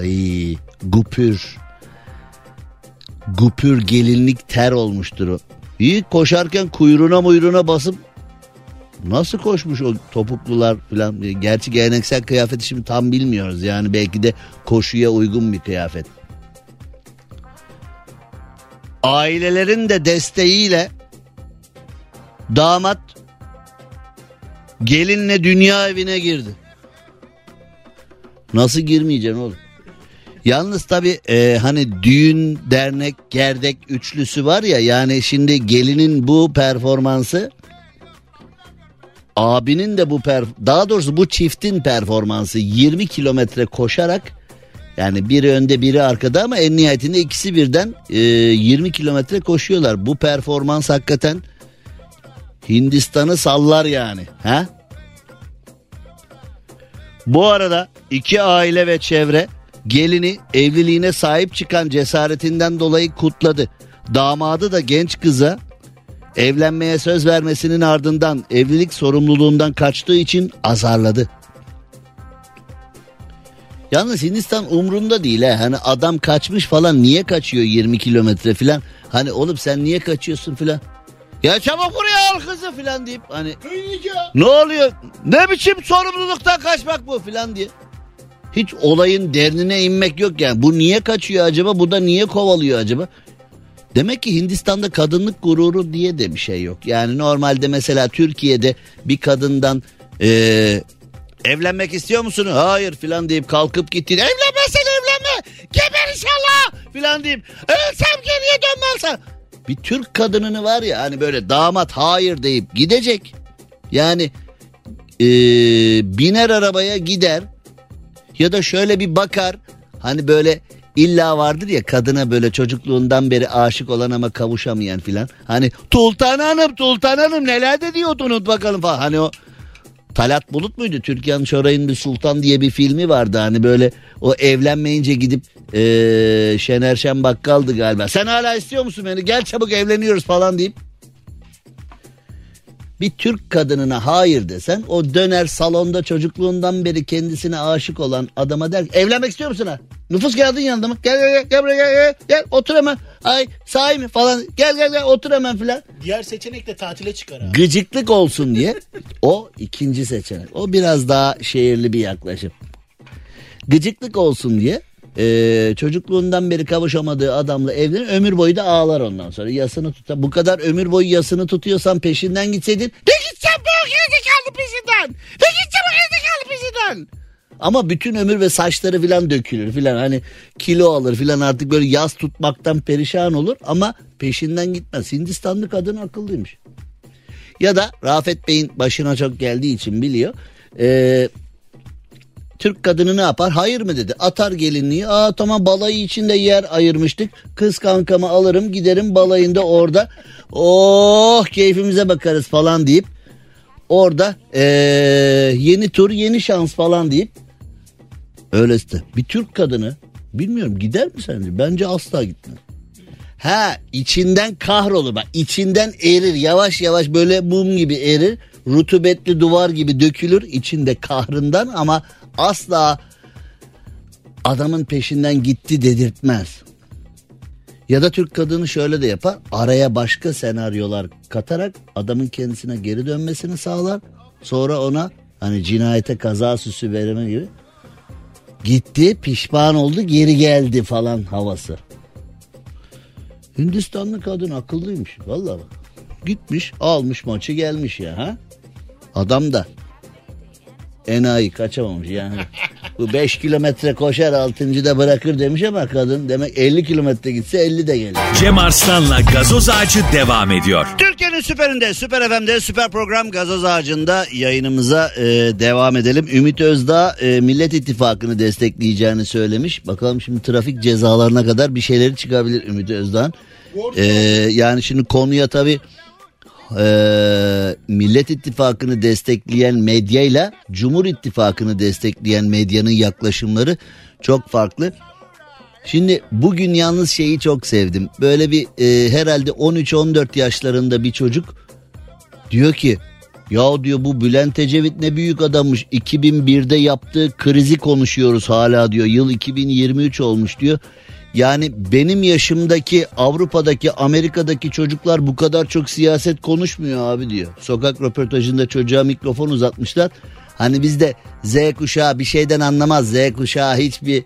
Gupür gelinlik ter olmuştur o. İyi koşarken kuyruğuna basıp nasıl koşmuş o topuklular falan. Gerçi geleneksel kıyafeti şimdi tam bilmiyoruz. Yani belki de koşuya uygun bir kıyafet. Ailelerin de desteğiyle Damat gelinle dünya evine girdi. Nasıl girmeyeceksin oğlum? Yalnız tabii hani düğün, dernek, gerdek üçlüsü var ya, yani şimdi gelinin bu performansı, abinin de daha doğrusu bu çiftin performansı 20 kilometre koşarak, yani biri önde biri arkada ama en nihayetinde ikisi birden 20 kilometre koşuyorlar. Bu performans hakikaten Hindistan'ı sallar yani. Ha? Bu arada iki aile ve çevre gelini evliliğine sahip çıkan cesaretinden dolayı kutladı. Damadı da genç kıza evlenmeye söz vermesinin ardından evlilik sorumluluğundan kaçtığı için azarladı. Yalnız Hindistan umrunda değil ha. Hani adam kaçmış falan, niye kaçıyor 20 kilometre falan. Hani oğlum sen niye kaçıyorsun falan. Ya çabuk buraya al kızı falan deyip hani ne oluyor? Ne biçim sorumluluktan kaçmak bu falan diye. Hiç olayın derinine inmek yok yani. Bu niye kaçıyor acaba? Bu da niye kovalıyor acaba? Demek ki Hindistan'da kadınlık gururu diye de bir şey yok. Yani normalde mesela Türkiye'de bir kadından evlenmek istiyor musun? Hayır filan deyip kalkıp gittin. Evlenmezsen evlenme. Geber inşallah filan deyip ölsem geriye dönmezsen. Bir Türk kadınını var ya hani böyle damat hayır deyip gidecek. Yani biner arabaya gider. Ya da şöyle bir bakar. Hani böyle illa vardır ya kadına böyle çocukluğundan beri aşık olan ama kavuşamayan filan. Hani Tultan Hanım neler de diyordu unut bakalım falan. Hani o Talat Bulut muydu? Türkan Şoray'ın bir Sultan diye bir filmi vardı. Hani böyle o evlenmeyince gidip Şener Şen bakkaldı galiba. Sen hala istiyor musun beni? Gel çabuk evleniyoruz falan deyip. Bir Türk kadınına hayır desen o döner salonda çocukluğundan beri kendisine aşık olan adama der ki evlenmek istiyor musun ha? Nüfus kağıdın yanında mı? Gel buraya gel otur hemen. Ay sahi mi falan gel otur hemen filan. Diğer seçenek de tatile çıkar ha. Gıcıklık olsun diye o ikinci seçenek. O biraz daha şehirli bir yaklaşım. Gıcıklık olsun diye çocukluğundan beri kavuşamadığı adamla evlenir, ömür boyu da ağlar ondan sonra yasını tutar. Bu kadar ömür boyu yasını tutuyorsan peşinden gitseydin ne gideceğim bu gerizekalı peşinden, ne gideceğim bu gerizekalı peşinden. Ama bütün ömür ve saçları filan dökülür filan, hani kilo alır filan, artık böyle yas tutmaktan perişan olur ama peşinden gitmez. Hindistanlı kadın akıllıymış. Ya da Rafet Bey'in başına çok geldiği için biliyor. Türk kadını ne yapar? Hayır mı dedi. Atar gelinliği. Tamam balayı için de yer ayırmıştık. Kız kankamı alırım giderim balayında orada. Oh keyfimize bakarız falan deyip. Orada yeni tur yeni şans falan deyip. Öylesi de. Bir Türk kadını bilmiyorum gider mi sence? Bence asla gitmez. İçinden kahrolur bak. İçinden erir yavaş yavaş böyle mum gibi erir. Rutubetli duvar gibi dökülür içinde kahrından ama asla adamın peşinden gitti dedirtmez. Ya da Türk kadını şöyle de yapar. Araya başka senaryolar katarak adamın kendisine geri dönmesini sağlar. Sonra ona hani cinayete kaza süsü verme gibi. Gitti pişman oldu geri geldi falan havası. Hindistanlı kadın akıllıymış vallahi bak. Gitmiş almış maçı gelmiş ya ha. Adam da enayi kaçamamış yani. Bu 5 kilometre koşar 6.'da bırakır demiş ama kadın demek 50 kilometre gitse 50 de gelir. Cem Arslan'la Gazoz Ağacı devam ediyor. Türkiye'nin süperinde, Süper FM'de süper program Gazoz Ağacı'nda yayınımıza devam edelim. Ümit Özdağ Millet İttifakı'nı destekleyeceğini söylemiş. Bakalım şimdi trafik cezalarına kadar bir şeyleri çıkabilir Ümit Özdağ'ın. Yani şimdi konuya tabii Millet İttifakı'nı destekleyen medyayla Cumhur İttifakı'nı destekleyen medyanın yaklaşımları çok farklı. Şimdi bugün yalnız şeyi çok sevdim. Böyle bir herhalde 13-14 yaşlarında bir çocuk diyor ki ya diyor bu Bülent Ecevit ne büyük adammış. 2001'de yaptığı krizi konuşuyoruz hala diyor. Yıl 2023 olmuş diyor. Yani benim yaşımdaki Avrupa'daki Amerika'daki çocuklar bu kadar çok siyaset konuşmuyor abi diyor. Sokak röportajında çocuğa mikrofon uzatmışlar. Hani bizde Z kuşağı bir şeyden anlamaz. Z kuşağı hiçbir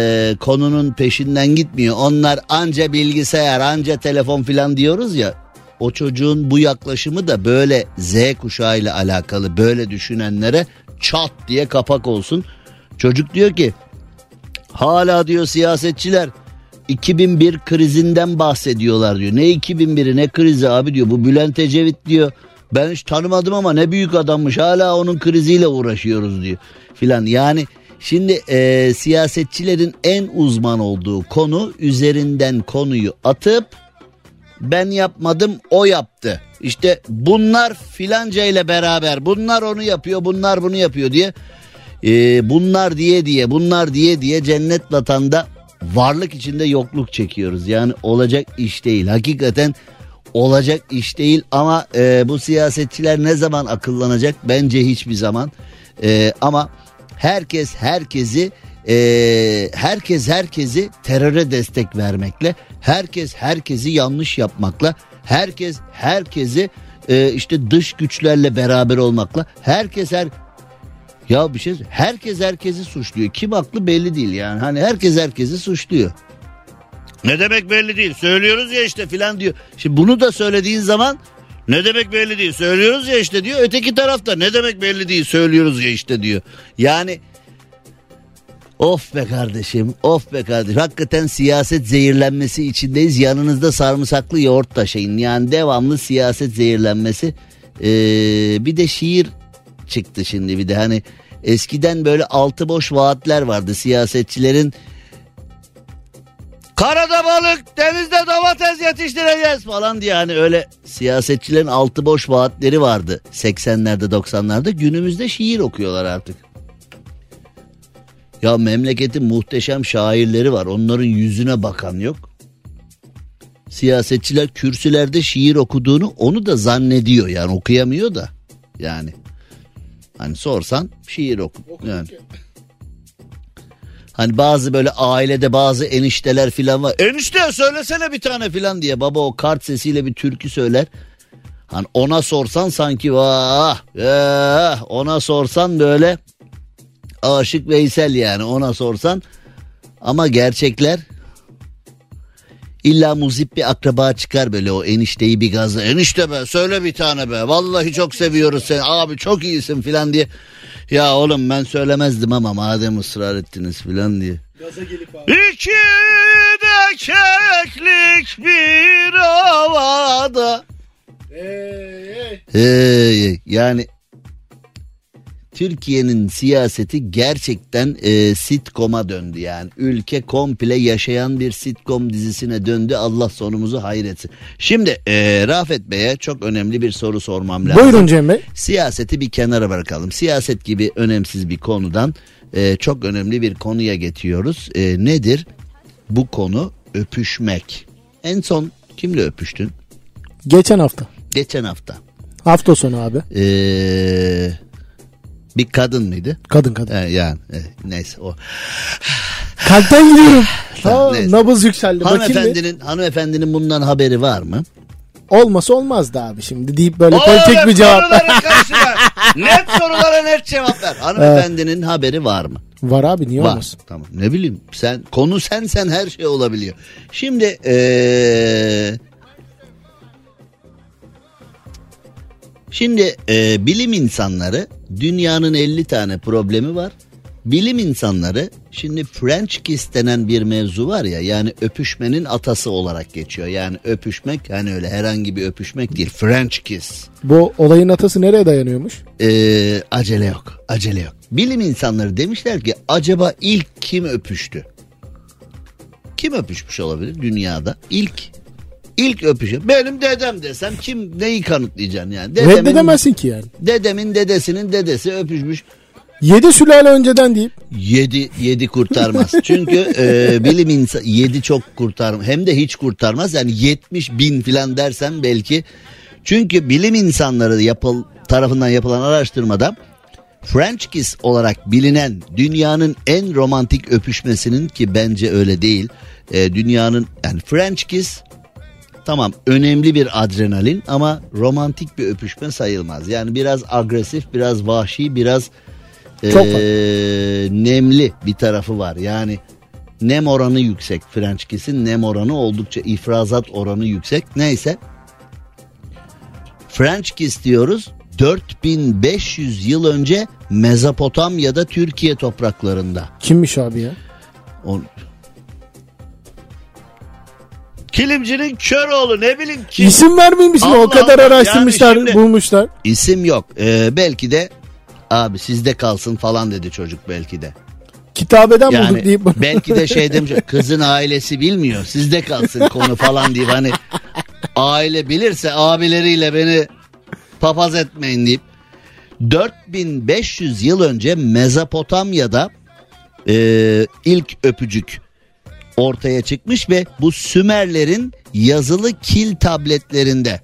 konunun peşinden gitmiyor. Onlar anca bilgisayar anca telefon filan diyoruz ya. o çocuğun bu yaklaşımı da böyle Z kuşağıyla alakalı, böyle düşünenlere çat diye kapak olsun. Çocuk diyor ki hala diyor siyasetçiler 2001 krizinden bahsediyorlar diyor. Ne 2001'i ne krizi abi diyor, bu Bülent Ecevit diyor. Ben hiç tanımadım ama ne büyük adammış, hala onun kriziyle uğraşıyoruz diyor filan. Yani şimdi siyasetçilerin en uzman olduğu konu üzerinden konuyu atıp ben yapmadım o yaptı. İşte bunlar filanca ile beraber, bunlar onu yapıyor, bunlar bunu yapıyor diye bunlar diye cennet vatanda varlık içinde yokluk çekiyoruz. Yani olacak iş değil. Hakikaten olacak iş değil ama bu siyasetçiler ne zaman akıllanacak? Bence hiçbir zaman. Ama herkes herkesi teröre destek vermekle, herkes herkesi yanlış yapmakla, herkes herkesi işte dış güçlerle beraber olmakla, herkes herkesi suçluyor. Kim haklı belli değil yani. Hani herkes herkesi suçluyor. Ne demek belli değil? Söylüyoruz ya işte filan diyor. Şimdi bunu da söylediğin zaman ne demek belli değil? Söylüyoruz ya işte diyor. Öteki tarafta ne demek belli değil? Söylüyoruz ya işte diyor. Yani of be kardeşim, of be kardeşim. Hakikaten siyaset zehirlenmesi içindeyiz. Yanınızda sarımsaklı yoğurt taşıyın. Yani devamlı siyaset zehirlenmesi. Bir de şiir çıktı şimdi, bir de hani eskiden böyle altı boş vaatler vardı siyasetçilerin. Karada balık, denizde domates yetiştireceğiz falan diye, hani öyle siyasetçilerin altı boş vaatleri vardı 80'lerde 90'larda. Günümüzde şiir okuyorlar artık. Ya memleketin muhteşem şairleri var, onların yüzüne bakan yok. Siyasetçiler kürsülerde şiir okuduğunu, onu da zannediyor yani, okuyamıyor da yani. Hani sorsan şiir oku yani. Hani bazı böyle ailede bazı enişteler filan var. Enişte söylesene bir tane filan diye. Baba o kart sesiyle bir türkü söyler. Hani ona sorsan sanki vah, ona sorsan böyle Aşık Veysel yani, ona sorsan. Ama gerçekler, illa muzip bir akraba çıkar böyle o enişteyi bir gazla. Enişte be söyle bir tane be, vallahi çok seviyoruz seni abi, çok iyisin filan diye. Ya oğlum ben söylemezdim ama madem ısrar ettiniz filan diye. Gaza gelip abi. İki de keklik bir havada. Yani Türkiye'nin siyaseti gerçekten sitcom'a döndü yani. Ülke komple yaşayan bir sitcom dizisine döndü. Allah sonumuzu hayretsin. Şimdi Rafet Bey'e çok önemli bir soru sormam lazım. Buyurun Cem Bey. Siyaseti bir kenara bırakalım. Siyaset gibi önemsiz bir konudan çok önemli bir konuya geçiyoruz. Nedir bu konu? Öpüşmek. En son kimle öpüştün? Geçen hafta. Geçen hafta. Hafta sonu abi. Bir kadın mıydı? Kadın. Yani neyse o. Kalpten gidiyorum. Neyse. Nabız yükseldi. Hanımefendinin bundan haberi var mı? Olmasa olmazdı abi şimdi deyip böyle politik bir cevap. Net sorulara net cevap ver. Hanımefendinin haberi var mı? Var abi, niye olmasın? Tamam, ne bileyim, konu sen her şey olabiliyor. Şimdi bilim insanları, dünyanın 50 tane problemi var. Bilim insanları şimdi French kiss denen bir mevzu var ya, yani öpüşmenin atası olarak geçiyor. Yani öpüşmek, hani öyle herhangi bir öpüşmek değil, French kiss. Bu olayın atası nereye dayanıyormuş? Acele yok. Bilim insanları demişler ki acaba ilk kim öpüştü? Kim öpüşmüş olabilir dünyada? İlk öpüşü. Benim dedem desem kim, neyi kanıtlayacaksın yani? Reddedemezsin ki yani. Dedemin dedesinin dedesi öpüşmüş. 7 sülale önceden deyip. 7 kurtarmaz. Çünkü bilim insan 7 çok kurtarmaz. Hem de hiç kurtarmaz. Yani 70.000 falan dersen belki. Çünkü bilim insanları tarafından yapılan araştırmada French kiss olarak bilinen dünyanın en romantik öpüşmesinin, ki bence öyle değil. Dünyanın yani French kiss tamam önemli bir adrenalin ama romantik bir öpüşme sayılmaz. Yani biraz agresif, biraz vahşi, biraz nemli bir tarafı var. Yani nem oranı yüksek. French kiss'in nem oranı oldukça, ifrazat oranı yüksek. Neyse. French kiss diyoruz. 4500 yıl önce Mezopotamya'da Türkiye topraklarında. Kimmiş abi ya? Kilimcinin Köroğlu, ne bileyim kim? İsim vermeyeyim mi? O kadar araştırmışlar, yani bulmuşlar. İsim yok. Belki de abi sizde kalsın falan dedi çocuk belki de. Kitabeden yani, bulduk deyip. Belki de şey demiş, kızın ailesi bilmiyor, sizde kalsın konu falan deyip, hani aile bilirse abileriyle beni papaz etmeyin deyip. 4500 yıl önce Mezopotamya'da ilk öpücük ortaya çıkmış ve bu Sümerlerin yazılı kil tabletlerinde.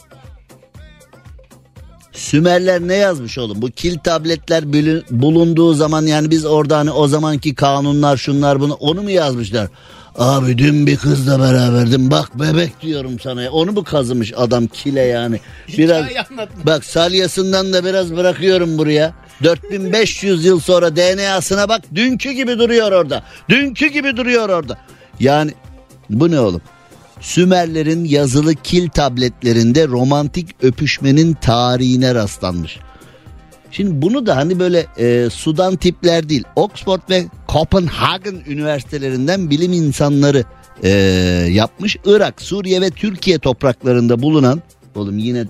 Sümerler ne yazmış oğlum? Bu kil tabletler bulunduğu zaman, yani biz orada hani o zamanki kanunlar şunlar bunu, onu mu yazmışlar? Abi dün bir kızla beraberdim, bak bebek diyorum sana. Onu mu kazımış adam kile yani? Biraz bak, salyasından da biraz bırakıyorum buraya. 4500 yıl sonra DNA'sına bak, dünkü gibi duruyor orada. Dünkü gibi duruyor orada. Yani bu ne oğlum? Sümerlerin yazılı kil tabletlerinde romantik öpüşmenin tarihine rastlanmış. Şimdi bunu da hani böyle sudan tipler değil, Oxford ve Copenhagen üniversitelerinden bilim insanları yapmış. Irak, Suriye ve Türkiye topraklarında bulunan, oğlum yine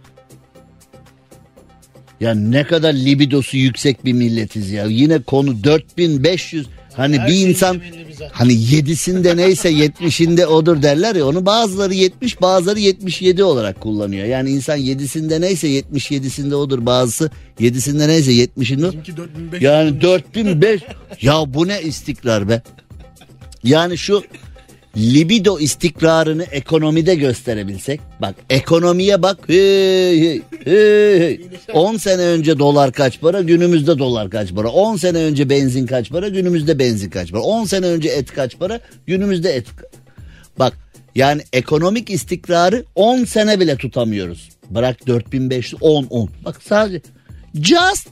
ya ne kadar libidosu yüksek bir milletiz ya. Yine konu 4500, hani her bir insan hani 7'sinde neyse 70'inde odur derler ya, onu bazıları 70 bazıları 77 olarak kullanıyor. Yani insan 7'sinde neyse 77'sinde odur, bazısı 7'sinde neyse 70'inde. Yani 4500 ya bu ne istikrar be. Yani şu libido istikrarını ekonomide gösterebilsek. Bak ekonomiye bak. Hey. 10 sene önce dolar kaç para, günümüzde dolar kaç para. 10 sene önce benzin kaç para, günümüzde benzin kaç para. 10 sene önce et kaç para, günümüzde et. Bak yani ekonomik istikrarı 10 sene bile tutamıyoruz. Bırak 4500, 10. Bak sadece just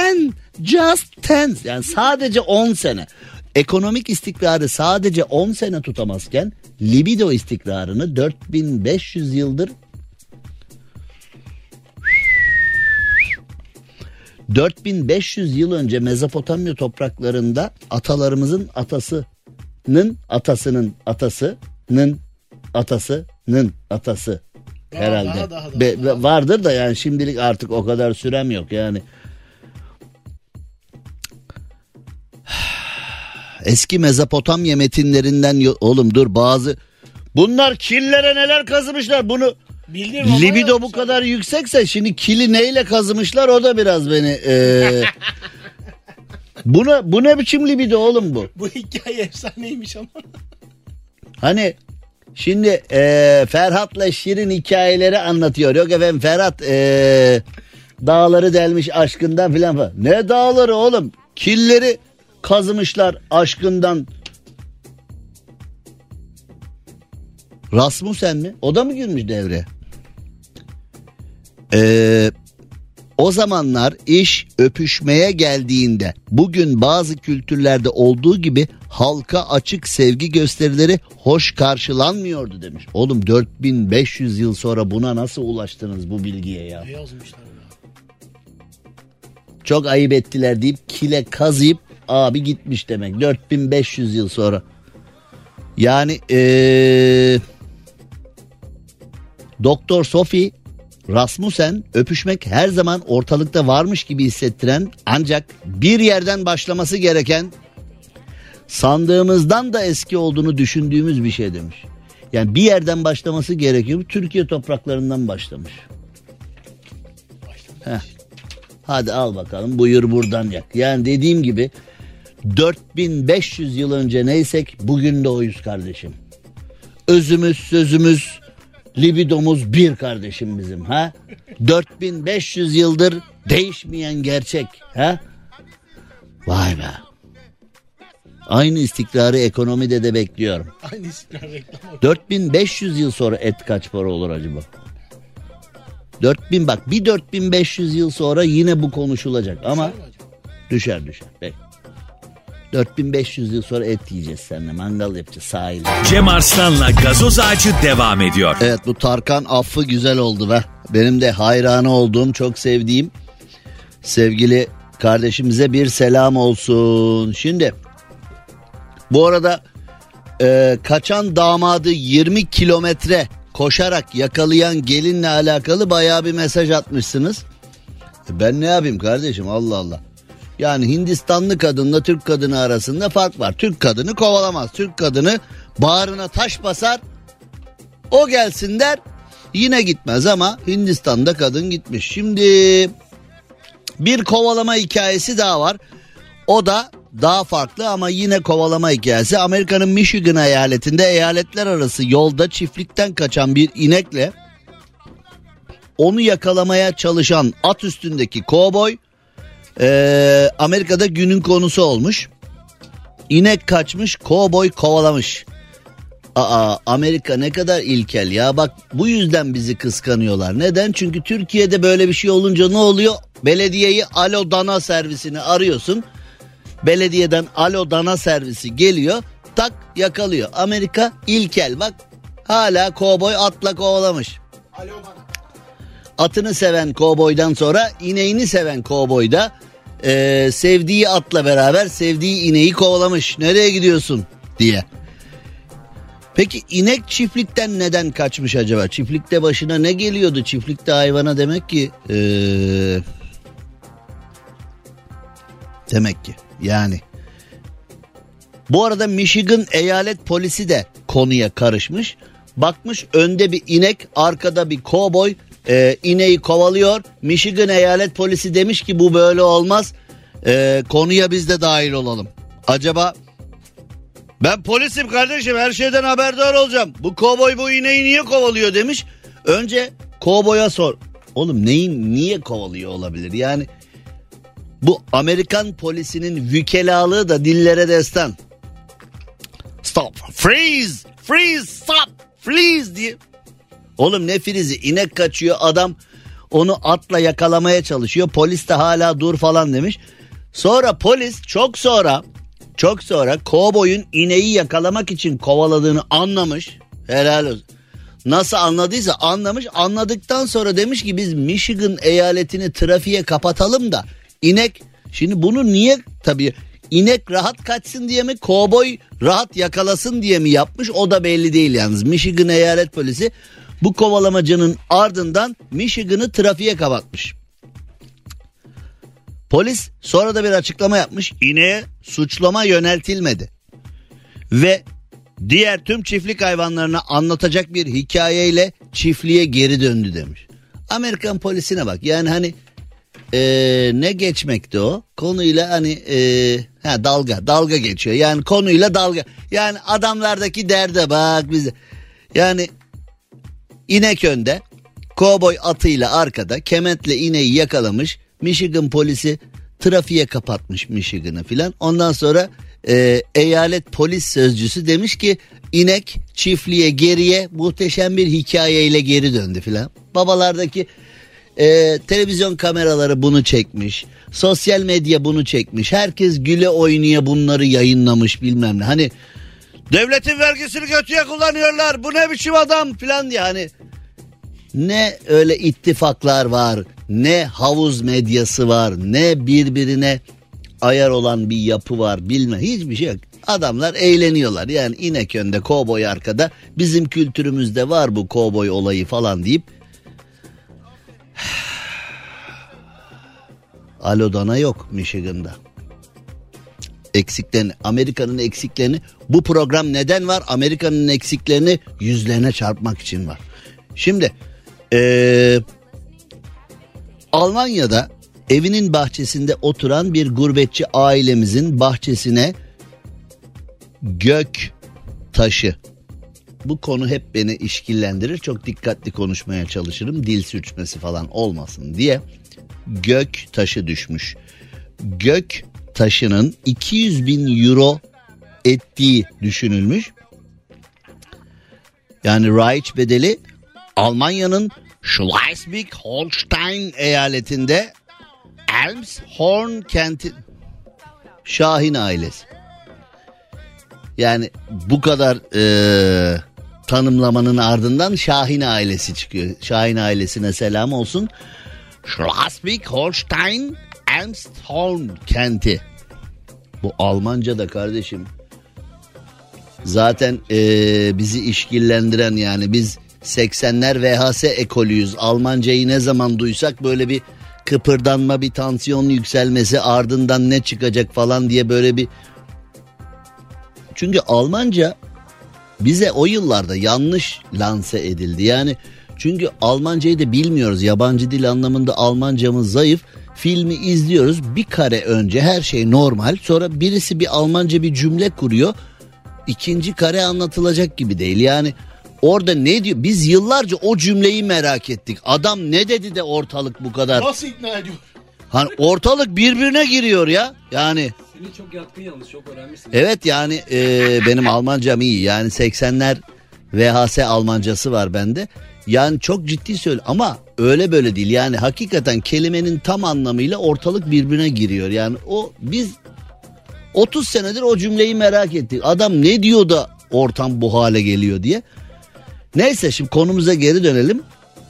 10 yani sadece 10 sene. Ekonomik istikrarı sadece 10 sene tutamazken libido istikrarını 4500 yıldır 4500 yıl önce Mezopotamya topraklarında atalarımızın atasının atasının atasının atasının atası herhalde daha. Vardır da yani şimdilik artık o kadar sürem yok yani. Eski Mezopotamya metinlerinden oğlum dur, bazı bunlar killere neler kazımışlar bunu. Libido bu kadar yüksekse şimdi kili neyle kazımışlar, o da biraz beni bu ne biçim libido oğlum bu? Bu hikaye efsaneymiş ama. Hani şimdi Ferhat'la Şirin hikayeleri anlatıyor. Yok efendim Ferhat dağları delmiş aşkından filan. Ne dağları oğlum? Killeri kazımışlar aşkından. Rasmussen mi? O da mı girmiş devreye? O zamanlar iş öpüşmeye geldiğinde bugün bazı kültürlerde olduğu gibi halka açık sevgi gösterileri hoş karşılanmıyordu demiş. Oğlum 4500 yıl sonra buna nasıl ulaştınız bu bilgiye ya? Ne yazmışlar ya? Çok ayıp ettiler deyip kile kazıyıp abi gitmiş demek 4500 yıl sonra. Yani Doktor Sophie Rasmussen öpüşmek her zaman ortalıkta varmış gibi hissettiren ancak bir yerden başlaması gereken, sandığımızdan da eski olduğunu düşündüğümüz bir şey demiş. Yani bir yerden başlaması gerekiyor. Türkiye topraklarından başlamış. Hadi al bakalım, buyur buradan yak. Yani dediğim gibi 4500 yıl önce neysek bugün de oyuz kardeşim. Özümüz, sözümüz, libidomuz bir kardeşim bizim. 4500 yıldır değişmeyen gerçek. Vay be. Aynı istikrarı ekonomide de bekliyorum. Aynı istikrar reklam. 4500 yıl sonra et kaç para olur acaba? 4000 bak, bir 4500 yıl sonra yine bu konuşulacak ama düşer. 4500 yıl sonra et yiyeceğiz seninle. Mangal yapacağız sahilde. Cem Arslan'la Gazoz Ağacı devam ediyor. Evet, bu Tarkan affı güzel oldu be. Benim de hayranı olduğum, çok sevdiğim sevgili kardeşimize bir selam olsun. Şimdi bu arada kaçan damadı 20 kilometre koşarak yakalayan gelinle alakalı bayağı bir mesaj atmışsınız. Ben ne yapayım kardeşim, Allah Allah. Yani Hindistanlı kadınla Türk kadını arasında fark var. Türk kadını kovalamaz. Türk kadını bağrına taş basar. O gelsin der, yine gitmez, ama Hindistan'da kadın gitmiş. Şimdi bir kovalama hikayesi daha var. O da daha farklı ama yine kovalama hikayesi. Amerika'nın Michigan eyaletinde eyaletler arası yolda çiftlikten kaçan bir inekle onu yakalamaya çalışan at üstündeki kovboy Amerika'da günün konusu olmuş. İnek kaçmış, kovboy kovalamış. Amerika ne kadar ilkel ya, bak bu yüzden bizi kıskanıyorlar. Neden? Çünkü Türkiye'de böyle bir şey olunca ne oluyor? Belediyeyi alo dana servisini arıyorsun. Belediyeden alo dana servisi geliyor, tak yakalıyor. Amerika ilkel, bak hala kovboy atla kovalamış. Atını seven kovboydan sonra ineğini seven kovboy da sevdiği atla beraber sevdiği ineği kovalamış. Nereye gidiyorsun diye. Peki inek çiftlikten neden kaçmış acaba? Çiftlikte başına ne geliyordu? Çiftlikte hayvana demek ki yani. Bu arada Michigan eyalet polisi de konuya karışmış. Bakmış önde bir inek, arkada bir kovboy ineği kovalıyor. Michigan eyalet polisi demiş ki bu böyle olmaz. Konuya biz de dahil olalım. Acaba ben polisim kardeşim, her şeyden haberdar olacağım. Bu kovboy bu ineği niye kovalıyor demiş. Önce kovboya sor. Oğlum niye kovalıyor olabilir? Yani bu Amerikan polisinin vükelalığı da dillere destan. Stop, freeze, stop, freeze diye. Oğlum ne frizi, inek kaçıyor, adam onu atla yakalamaya çalışıyor. Polis de hala dur falan demiş. Sonra polis çok sonra kovboyun ineği yakalamak için kovaladığını anlamış. Helal olsun. Nasıl anladıysa anlamış. Anladıktan sonra demiş ki biz Michigan eyaletini trafiğe kapatalım da inek, şimdi bunu niye, tabii inek rahat kaçsın diye mi, kovboy rahat yakalasın diye mi yapmış, o da belli değil yalnız. Michigan eyalet polisi bu kovalamacının ardından Michigan'ı trafiğe kapatmış. Polis sonra da bir açıklama yapmış. İneğe suçlama yöneltilmedi. Ve diğer tüm çiftlik hayvanlarına anlatacak bir hikayeyle çiftliğe geri döndü demiş. Amerikan polisine bak, yani hani ne geçmekti o? Konuyla hani dalga geçiyor. Yani konuyla dalga. Yani adamlardaki derde bak bize. Yani inek önde, kovboy atıyla arkada, kementle ineği yakalamış. Michigan polisi trafiğe kapatmış Michigan'ı filan. Ondan sonra eyalet polis sözcüsü demiş ki inek çiftliğe geriye muhteşem bir hikayeyle geri döndü filan. Babalardaki televizyon kameraları bunu çekmiş. Sosyal medya bunu çekmiş. Herkes güle oynaya bunları yayınlamış bilmem ne. Hani devletin vergisini kötüye kullanıyorlar, bu ne biçim adam filan diye, hani ne öyle ittifaklar var, ne havuz medyası var, ne birbirine ayar olan bir yapı var, bilmem, hiçbir şey yok. Adamlar eğleniyorlar, yani inek önde, kovboy arkada, bizim kültürümüzde var bu kovboy olayı falan deyip alo dana yok Michigan'da. Eksiklerini, Amerika'nın eksiklerini, bu program neden var? Amerika'nın eksiklerini yüzlerine çarpmak için var. Şimdi Almanya'da evinin bahçesinde oturan bir gurbetçi ailemizin bahçesine gök taşı. Bu konu hep beni işkillendirir. Çok dikkatli konuşmaya çalışırım. Dil sürçmesi falan olmasın diye. Gök taşı düşmüş. Gök taşının 200.000 euro ettiği düşünülmüş. Yani Reich bedeli Almanya'nın Schleswig-Holstein eyaletinde Elmshorn kenti. Şahin ailesi. Yani bu kadar tanımlamanın ardından Şahin ailesi çıkıyor. Şahin ailesine selam olsun. Schleswig-Holstein Elmshorn kenti. Bu Almanca da kardeşim. Zaten bizi işkillendiren, yani biz 80'ler VHS ekolüyüz. Almancayı ne zaman duysak böyle bir kıpırdanma, bir tansiyon yükselmesi, ardından ne çıkacak falan diye böyle bir... Çünkü Almanca bize o yıllarda yanlış lanse edildi. Yani çünkü Almancayı da bilmiyoruz. Yabancı dil anlamında Almancamız zayıf. Filmi izliyoruz. Bir kare önce her şey normal. Sonra birisi bir Almanca bir cümle kuruyor. İkinci kare anlatılacak gibi değil. Yani orada ne diyor? Biz yıllarca o cümleyi merak ettik. Adam ne dedi de ortalık bu kadar... Nasıl ikna ediyor? Hani ortalık birbirine giriyor ya. Yani... Senin çok yatkın yalnız, çok öğrenmişsin. Evet yani benim Almancam iyi. Yani 80'ler VHS Almancası var bende. Yani çok ciddi söyle ama öyle böyle değil. Yani hakikaten kelimenin tam anlamıyla ortalık birbirine giriyor. Yani biz 30 senedir o cümleyi merak ettik. Adam ne diyor da ortam bu hale geliyor diye. Neyse, şimdi konumuza geri dönelim.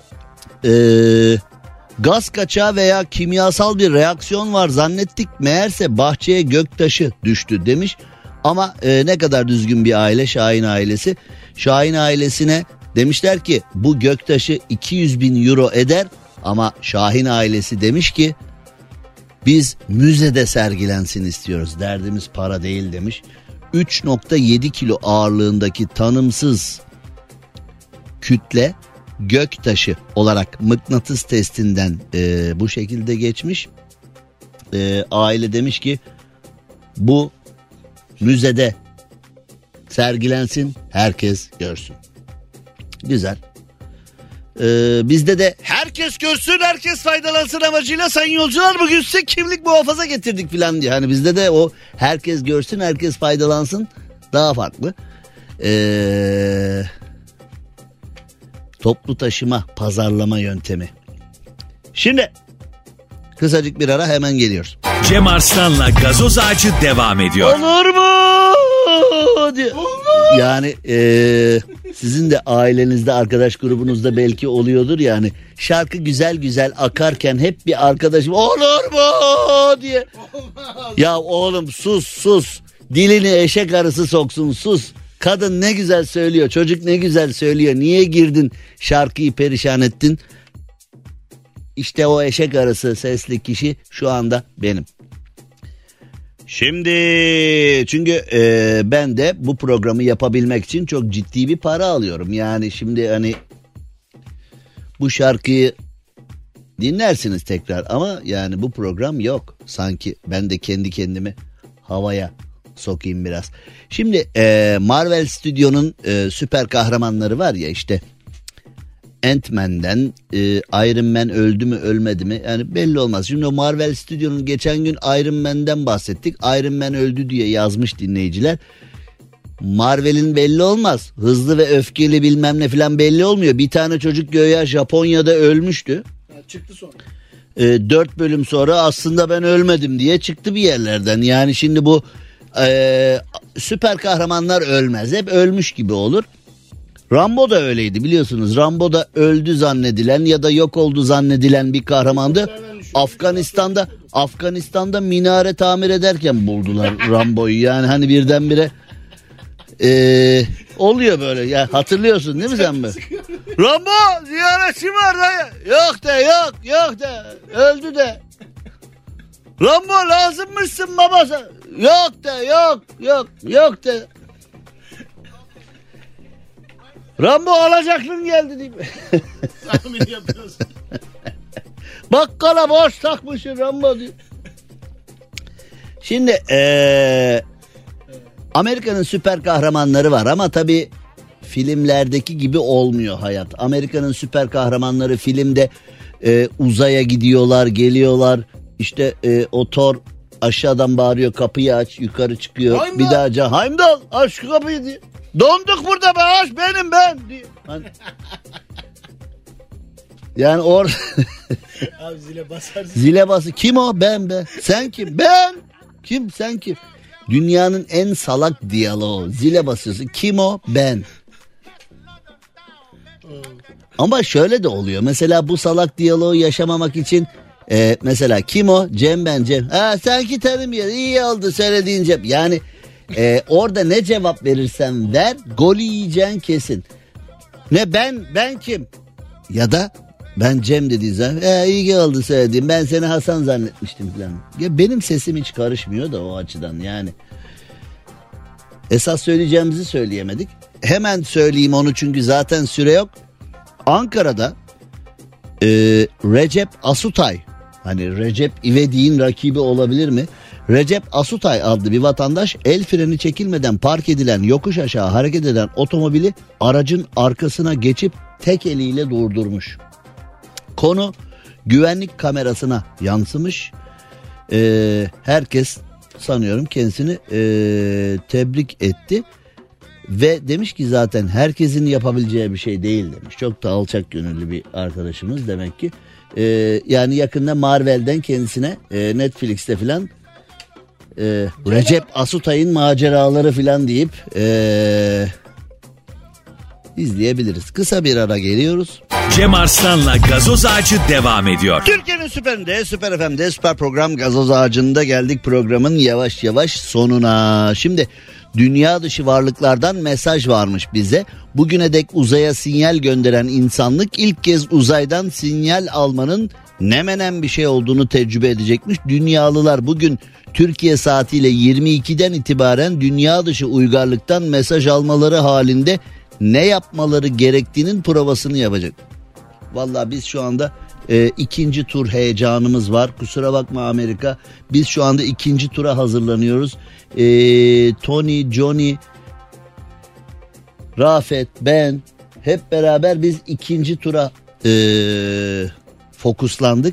Gaz kaçağı veya kimyasal bir reaksiyon var zannettik. Meğerse bahçeye göktaşı düştü demiş. Ama ne kadar düzgün bir aile Şahin ailesi. Şahin ailesine demişler ki bu göktaşı 200.000 euro eder. Ama Şahin ailesi demiş ki biz müzede sergilensin istiyoruz. Derdimiz para değil demiş. 3.7 kilo ağırlığındaki tanımsız kütle göktaşı olarak mıknatıs testinden bu şekilde geçmiş. Aile demiş ki bu müzede sergilensin, herkes görsün. Güzel. Bizde de herkes görsün, herkes faydalansın amacıyla sayın yolcular bugün size kimlik muhafaza getirdik filan diye. Hani bizde de o herkes görsün, herkes faydalansın daha farklı. Toplu taşıma pazarlama yöntemi. Şimdi kısacık bir ara, hemen geliyoruz. Cem Arslan'la Gazoz Ağacı devam ediyor. Olur mu? Diye. Yani sizin de ailenizde, arkadaş grubunuzda belki oluyordur yani. Şarkı güzel güzel akarken hep bir arkadaşım olur mu diye. Ya oğlum sus. Dilini eşek arısı soksun, sus. Kadın ne güzel söylüyor, çocuk ne güzel söylüyor. Niye girdin şarkıyı perişan ettin? İşte o eşek arısı sesli kişi şu anda benim. Şimdi çünkü ben de bu programı yapabilmek için çok ciddi bir para alıyorum. Yani şimdi hani bu şarkıyı dinlersiniz tekrar ama yani bu program yok. Sanki ben de kendi kendimi havaya sokayım biraz. Şimdi Marvel Stüdyo'nun süper kahramanları var ya, işte Ant-Man'den Iron Man öldü mü ölmedi mi yani belli olmaz. Şimdi o Marvel Stüdyo'nun geçen gün Iron Man'den bahsettik. Iron Man öldü diye yazmış dinleyiciler. Marvel'in belli olmaz. Hızlı ve öfkeli bilmem ne falan belli olmuyor. Bir tane çocuk göya Japonya'da ölmüştü. Çıktı sonra. 4 bölüm sonra aslında ben ölmedim diye çıktı bir yerlerden. Yani şimdi bu süper kahramanlar ölmez. Hep ölmüş gibi olur. Rambo da öyleydi biliyorsunuz. Rambo da öldü zannedilen ya da yok oldu zannedilen bir kahramandı. Afganistan'da minare tamir ederken buldular Rambo'yu. Yani hani birdenbire oluyor böyle. Ya hatırlıyorsun değil mi sen be? Rambo ziyaretçi var dayı. Yok de. Öldü de. Rambo lazımmışsın babası. Yok de. Rambo alacaklın geldi değil mi? Tahmin yapıyorsun. Bakkala boş takmışsın Rambo diyor. Şimdi Amerika'nın süper kahramanları var ama tabii filmlerdeki gibi olmuyor hayat. Amerika'nın süper kahramanları filmde uzaya gidiyorlar, geliyorlar. İşte o Thor aşağıdan bağırıyor, kapıyı aç, yukarı çıkıyor. Heimdall. Bir daha Heimdall aç şu kapıyı diyor. Donduk burada be, aç benim ben diyor. Hani... Yani Abi zile basarsın. Zile bası kim o? Ben be. Sen kim? Ben. Kim sen kim? Dünyanın en salak diyaloğu. Zile basıyorsun. Kim o? Ben. Ama şöyle de oluyor. Mesela bu salak diyaloğu yaşamamak için mesela kim o? Cem ben Cem. Ha sanki tanımıyor. İyi oldu söylediğin Cem. Yani orada ne cevap verirsen ver golü yiyeceksin kesin. Ne ben kim? Ya da ben Cem dediğin zaman iyi oldu söylediğim. Ben seni Hasan zannetmiştim falan. Ya benim sesim hiç karışmıyor da o açıdan yani. Esas söyleyeceğimizi söyleyemedik. Hemen söyleyeyim onu çünkü zaten süre yok. Ankara'da Recep Asutay, hani Recep İvedik'in rakibi olabilir mi? Recep Asutay adlı bir vatandaş el freni çekilmeden park edilen yokuş aşağı hareket eden otomobili aracın arkasına geçip tek eliyle durdurmuş. Konu güvenlik kamerasına yansımış. Herkes sanıyorum kendisini tebrik etti. Ve demiş ki zaten herkesin yapabileceği bir şey değil demiş. Çok da alçak gönüllü bir arkadaşımız demek ki. Yani yakında Marvel'den kendisine Netflix'te filan Recep Asutay'ın maceraları filan deyip izleyebiliriz. Kısa bir ara geliyoruz. Cem Arslan'la Gazoz Ağacı devam ediyor. Türkiye'nin süperinde, Süper FM'de, Süper Program Gazoz Ağacı'nda geldik programın yavaş yavaş sonuna. Şimdi dünya dışı varlıklardan mesaj varmış bize. Bugüne dek uzaya sinyal gönderen insanlık ilk kez uzaydan sinyal almanın ne menen bir şey olduğunu tecrübe edecekmiş. Dünyalılar bugün Türkiye saatiyle 22'den itibaren dünya dışı uygarlıktan mesaj almaları halinde ne yapmaları gerektiğinin provasını yapacak. Vallahi biz şu anda ikinci tur heyecanımız var. Kusura bakma Amerika. Biz şu anda ikinci tura hazırlanıyoruz. Tony, Johnny, Rafet, ben hep beraber biz ikinci tura fokuslandık.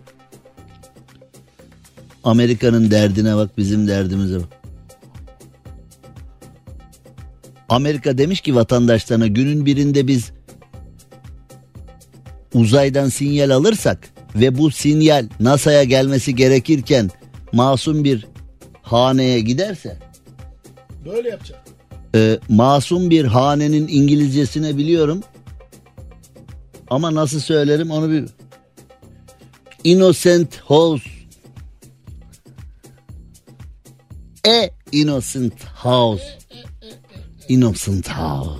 Amerika'nın derdine bak, bizim derdimize bak. Amerika demiş ki vatandaşlarına günün birinde biz uzaydan sinyal alırsak ve bu sinyal NASA'ya gelmesi gerekirken masum bir haneye giderse, böyle yapacak. Masum bir hanenin İngilizcesini biliyorum ama nasıl söylerim onu bir innocent house, innocent house, innocent house.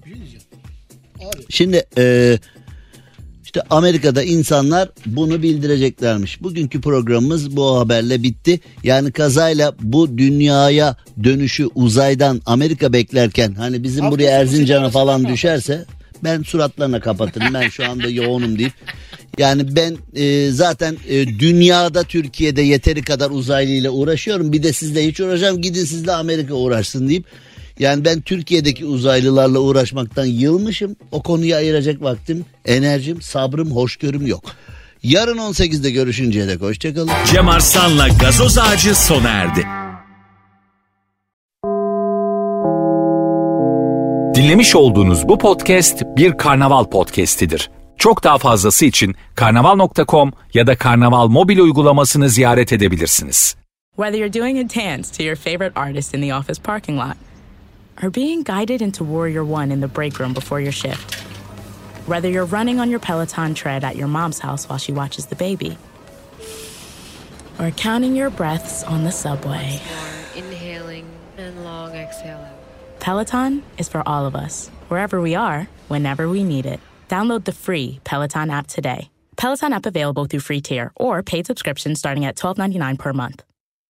Şimdi işte Amerika'da insanlar bunu bildireceklermiş. Bugünkü programımız bu haberle bitti. Yani kazayla bu dünyaya dönüşü uzaydan Amerika beklerken hani bizim buraya Erzincan'a falan düşerse ben suratlarına kapatırım. Ben şu anda yoğunum deyip. Yani ben zaten dünyada Türkiye'de yeteri kadar uzaylıyla uğraşıyorum. Bir de sizle hiç uğraşacağım. Gidin sizle Amerika uğraşsın deyip. Yani ben Türkiye'deki uzaylılarla uğraşmaktan yılmışım. O konuya ayıracak vaktim, enerjim, sabrım, hoşgörüm yok. Yarın 18'de görüşünceye dek hoşçakalın. Cem Arslan'la Gazoz Ağacı sona erdi. Dinlemiş olduğunuz bu podcast bir karnaval podcastidir. Çok daha fazlası için karnaval.com ya da karnaval mobil uygulamasını ziyaret edebilirsiniz. Whether you're doing a dance to your favorite artist in the office parking lot, or being guided into Warrior One in the break room before your shift. Whether you're running on your Peloton tread at your mom's house while she watches the baby. Or counting your breaths on the subway. Inhaling and long exhale out. Peloton is for all of us, wherever we are, whenever we need it. Download the free Peloton app today. Peloton app available through free tier or paid subscription starting at $12.99 per month.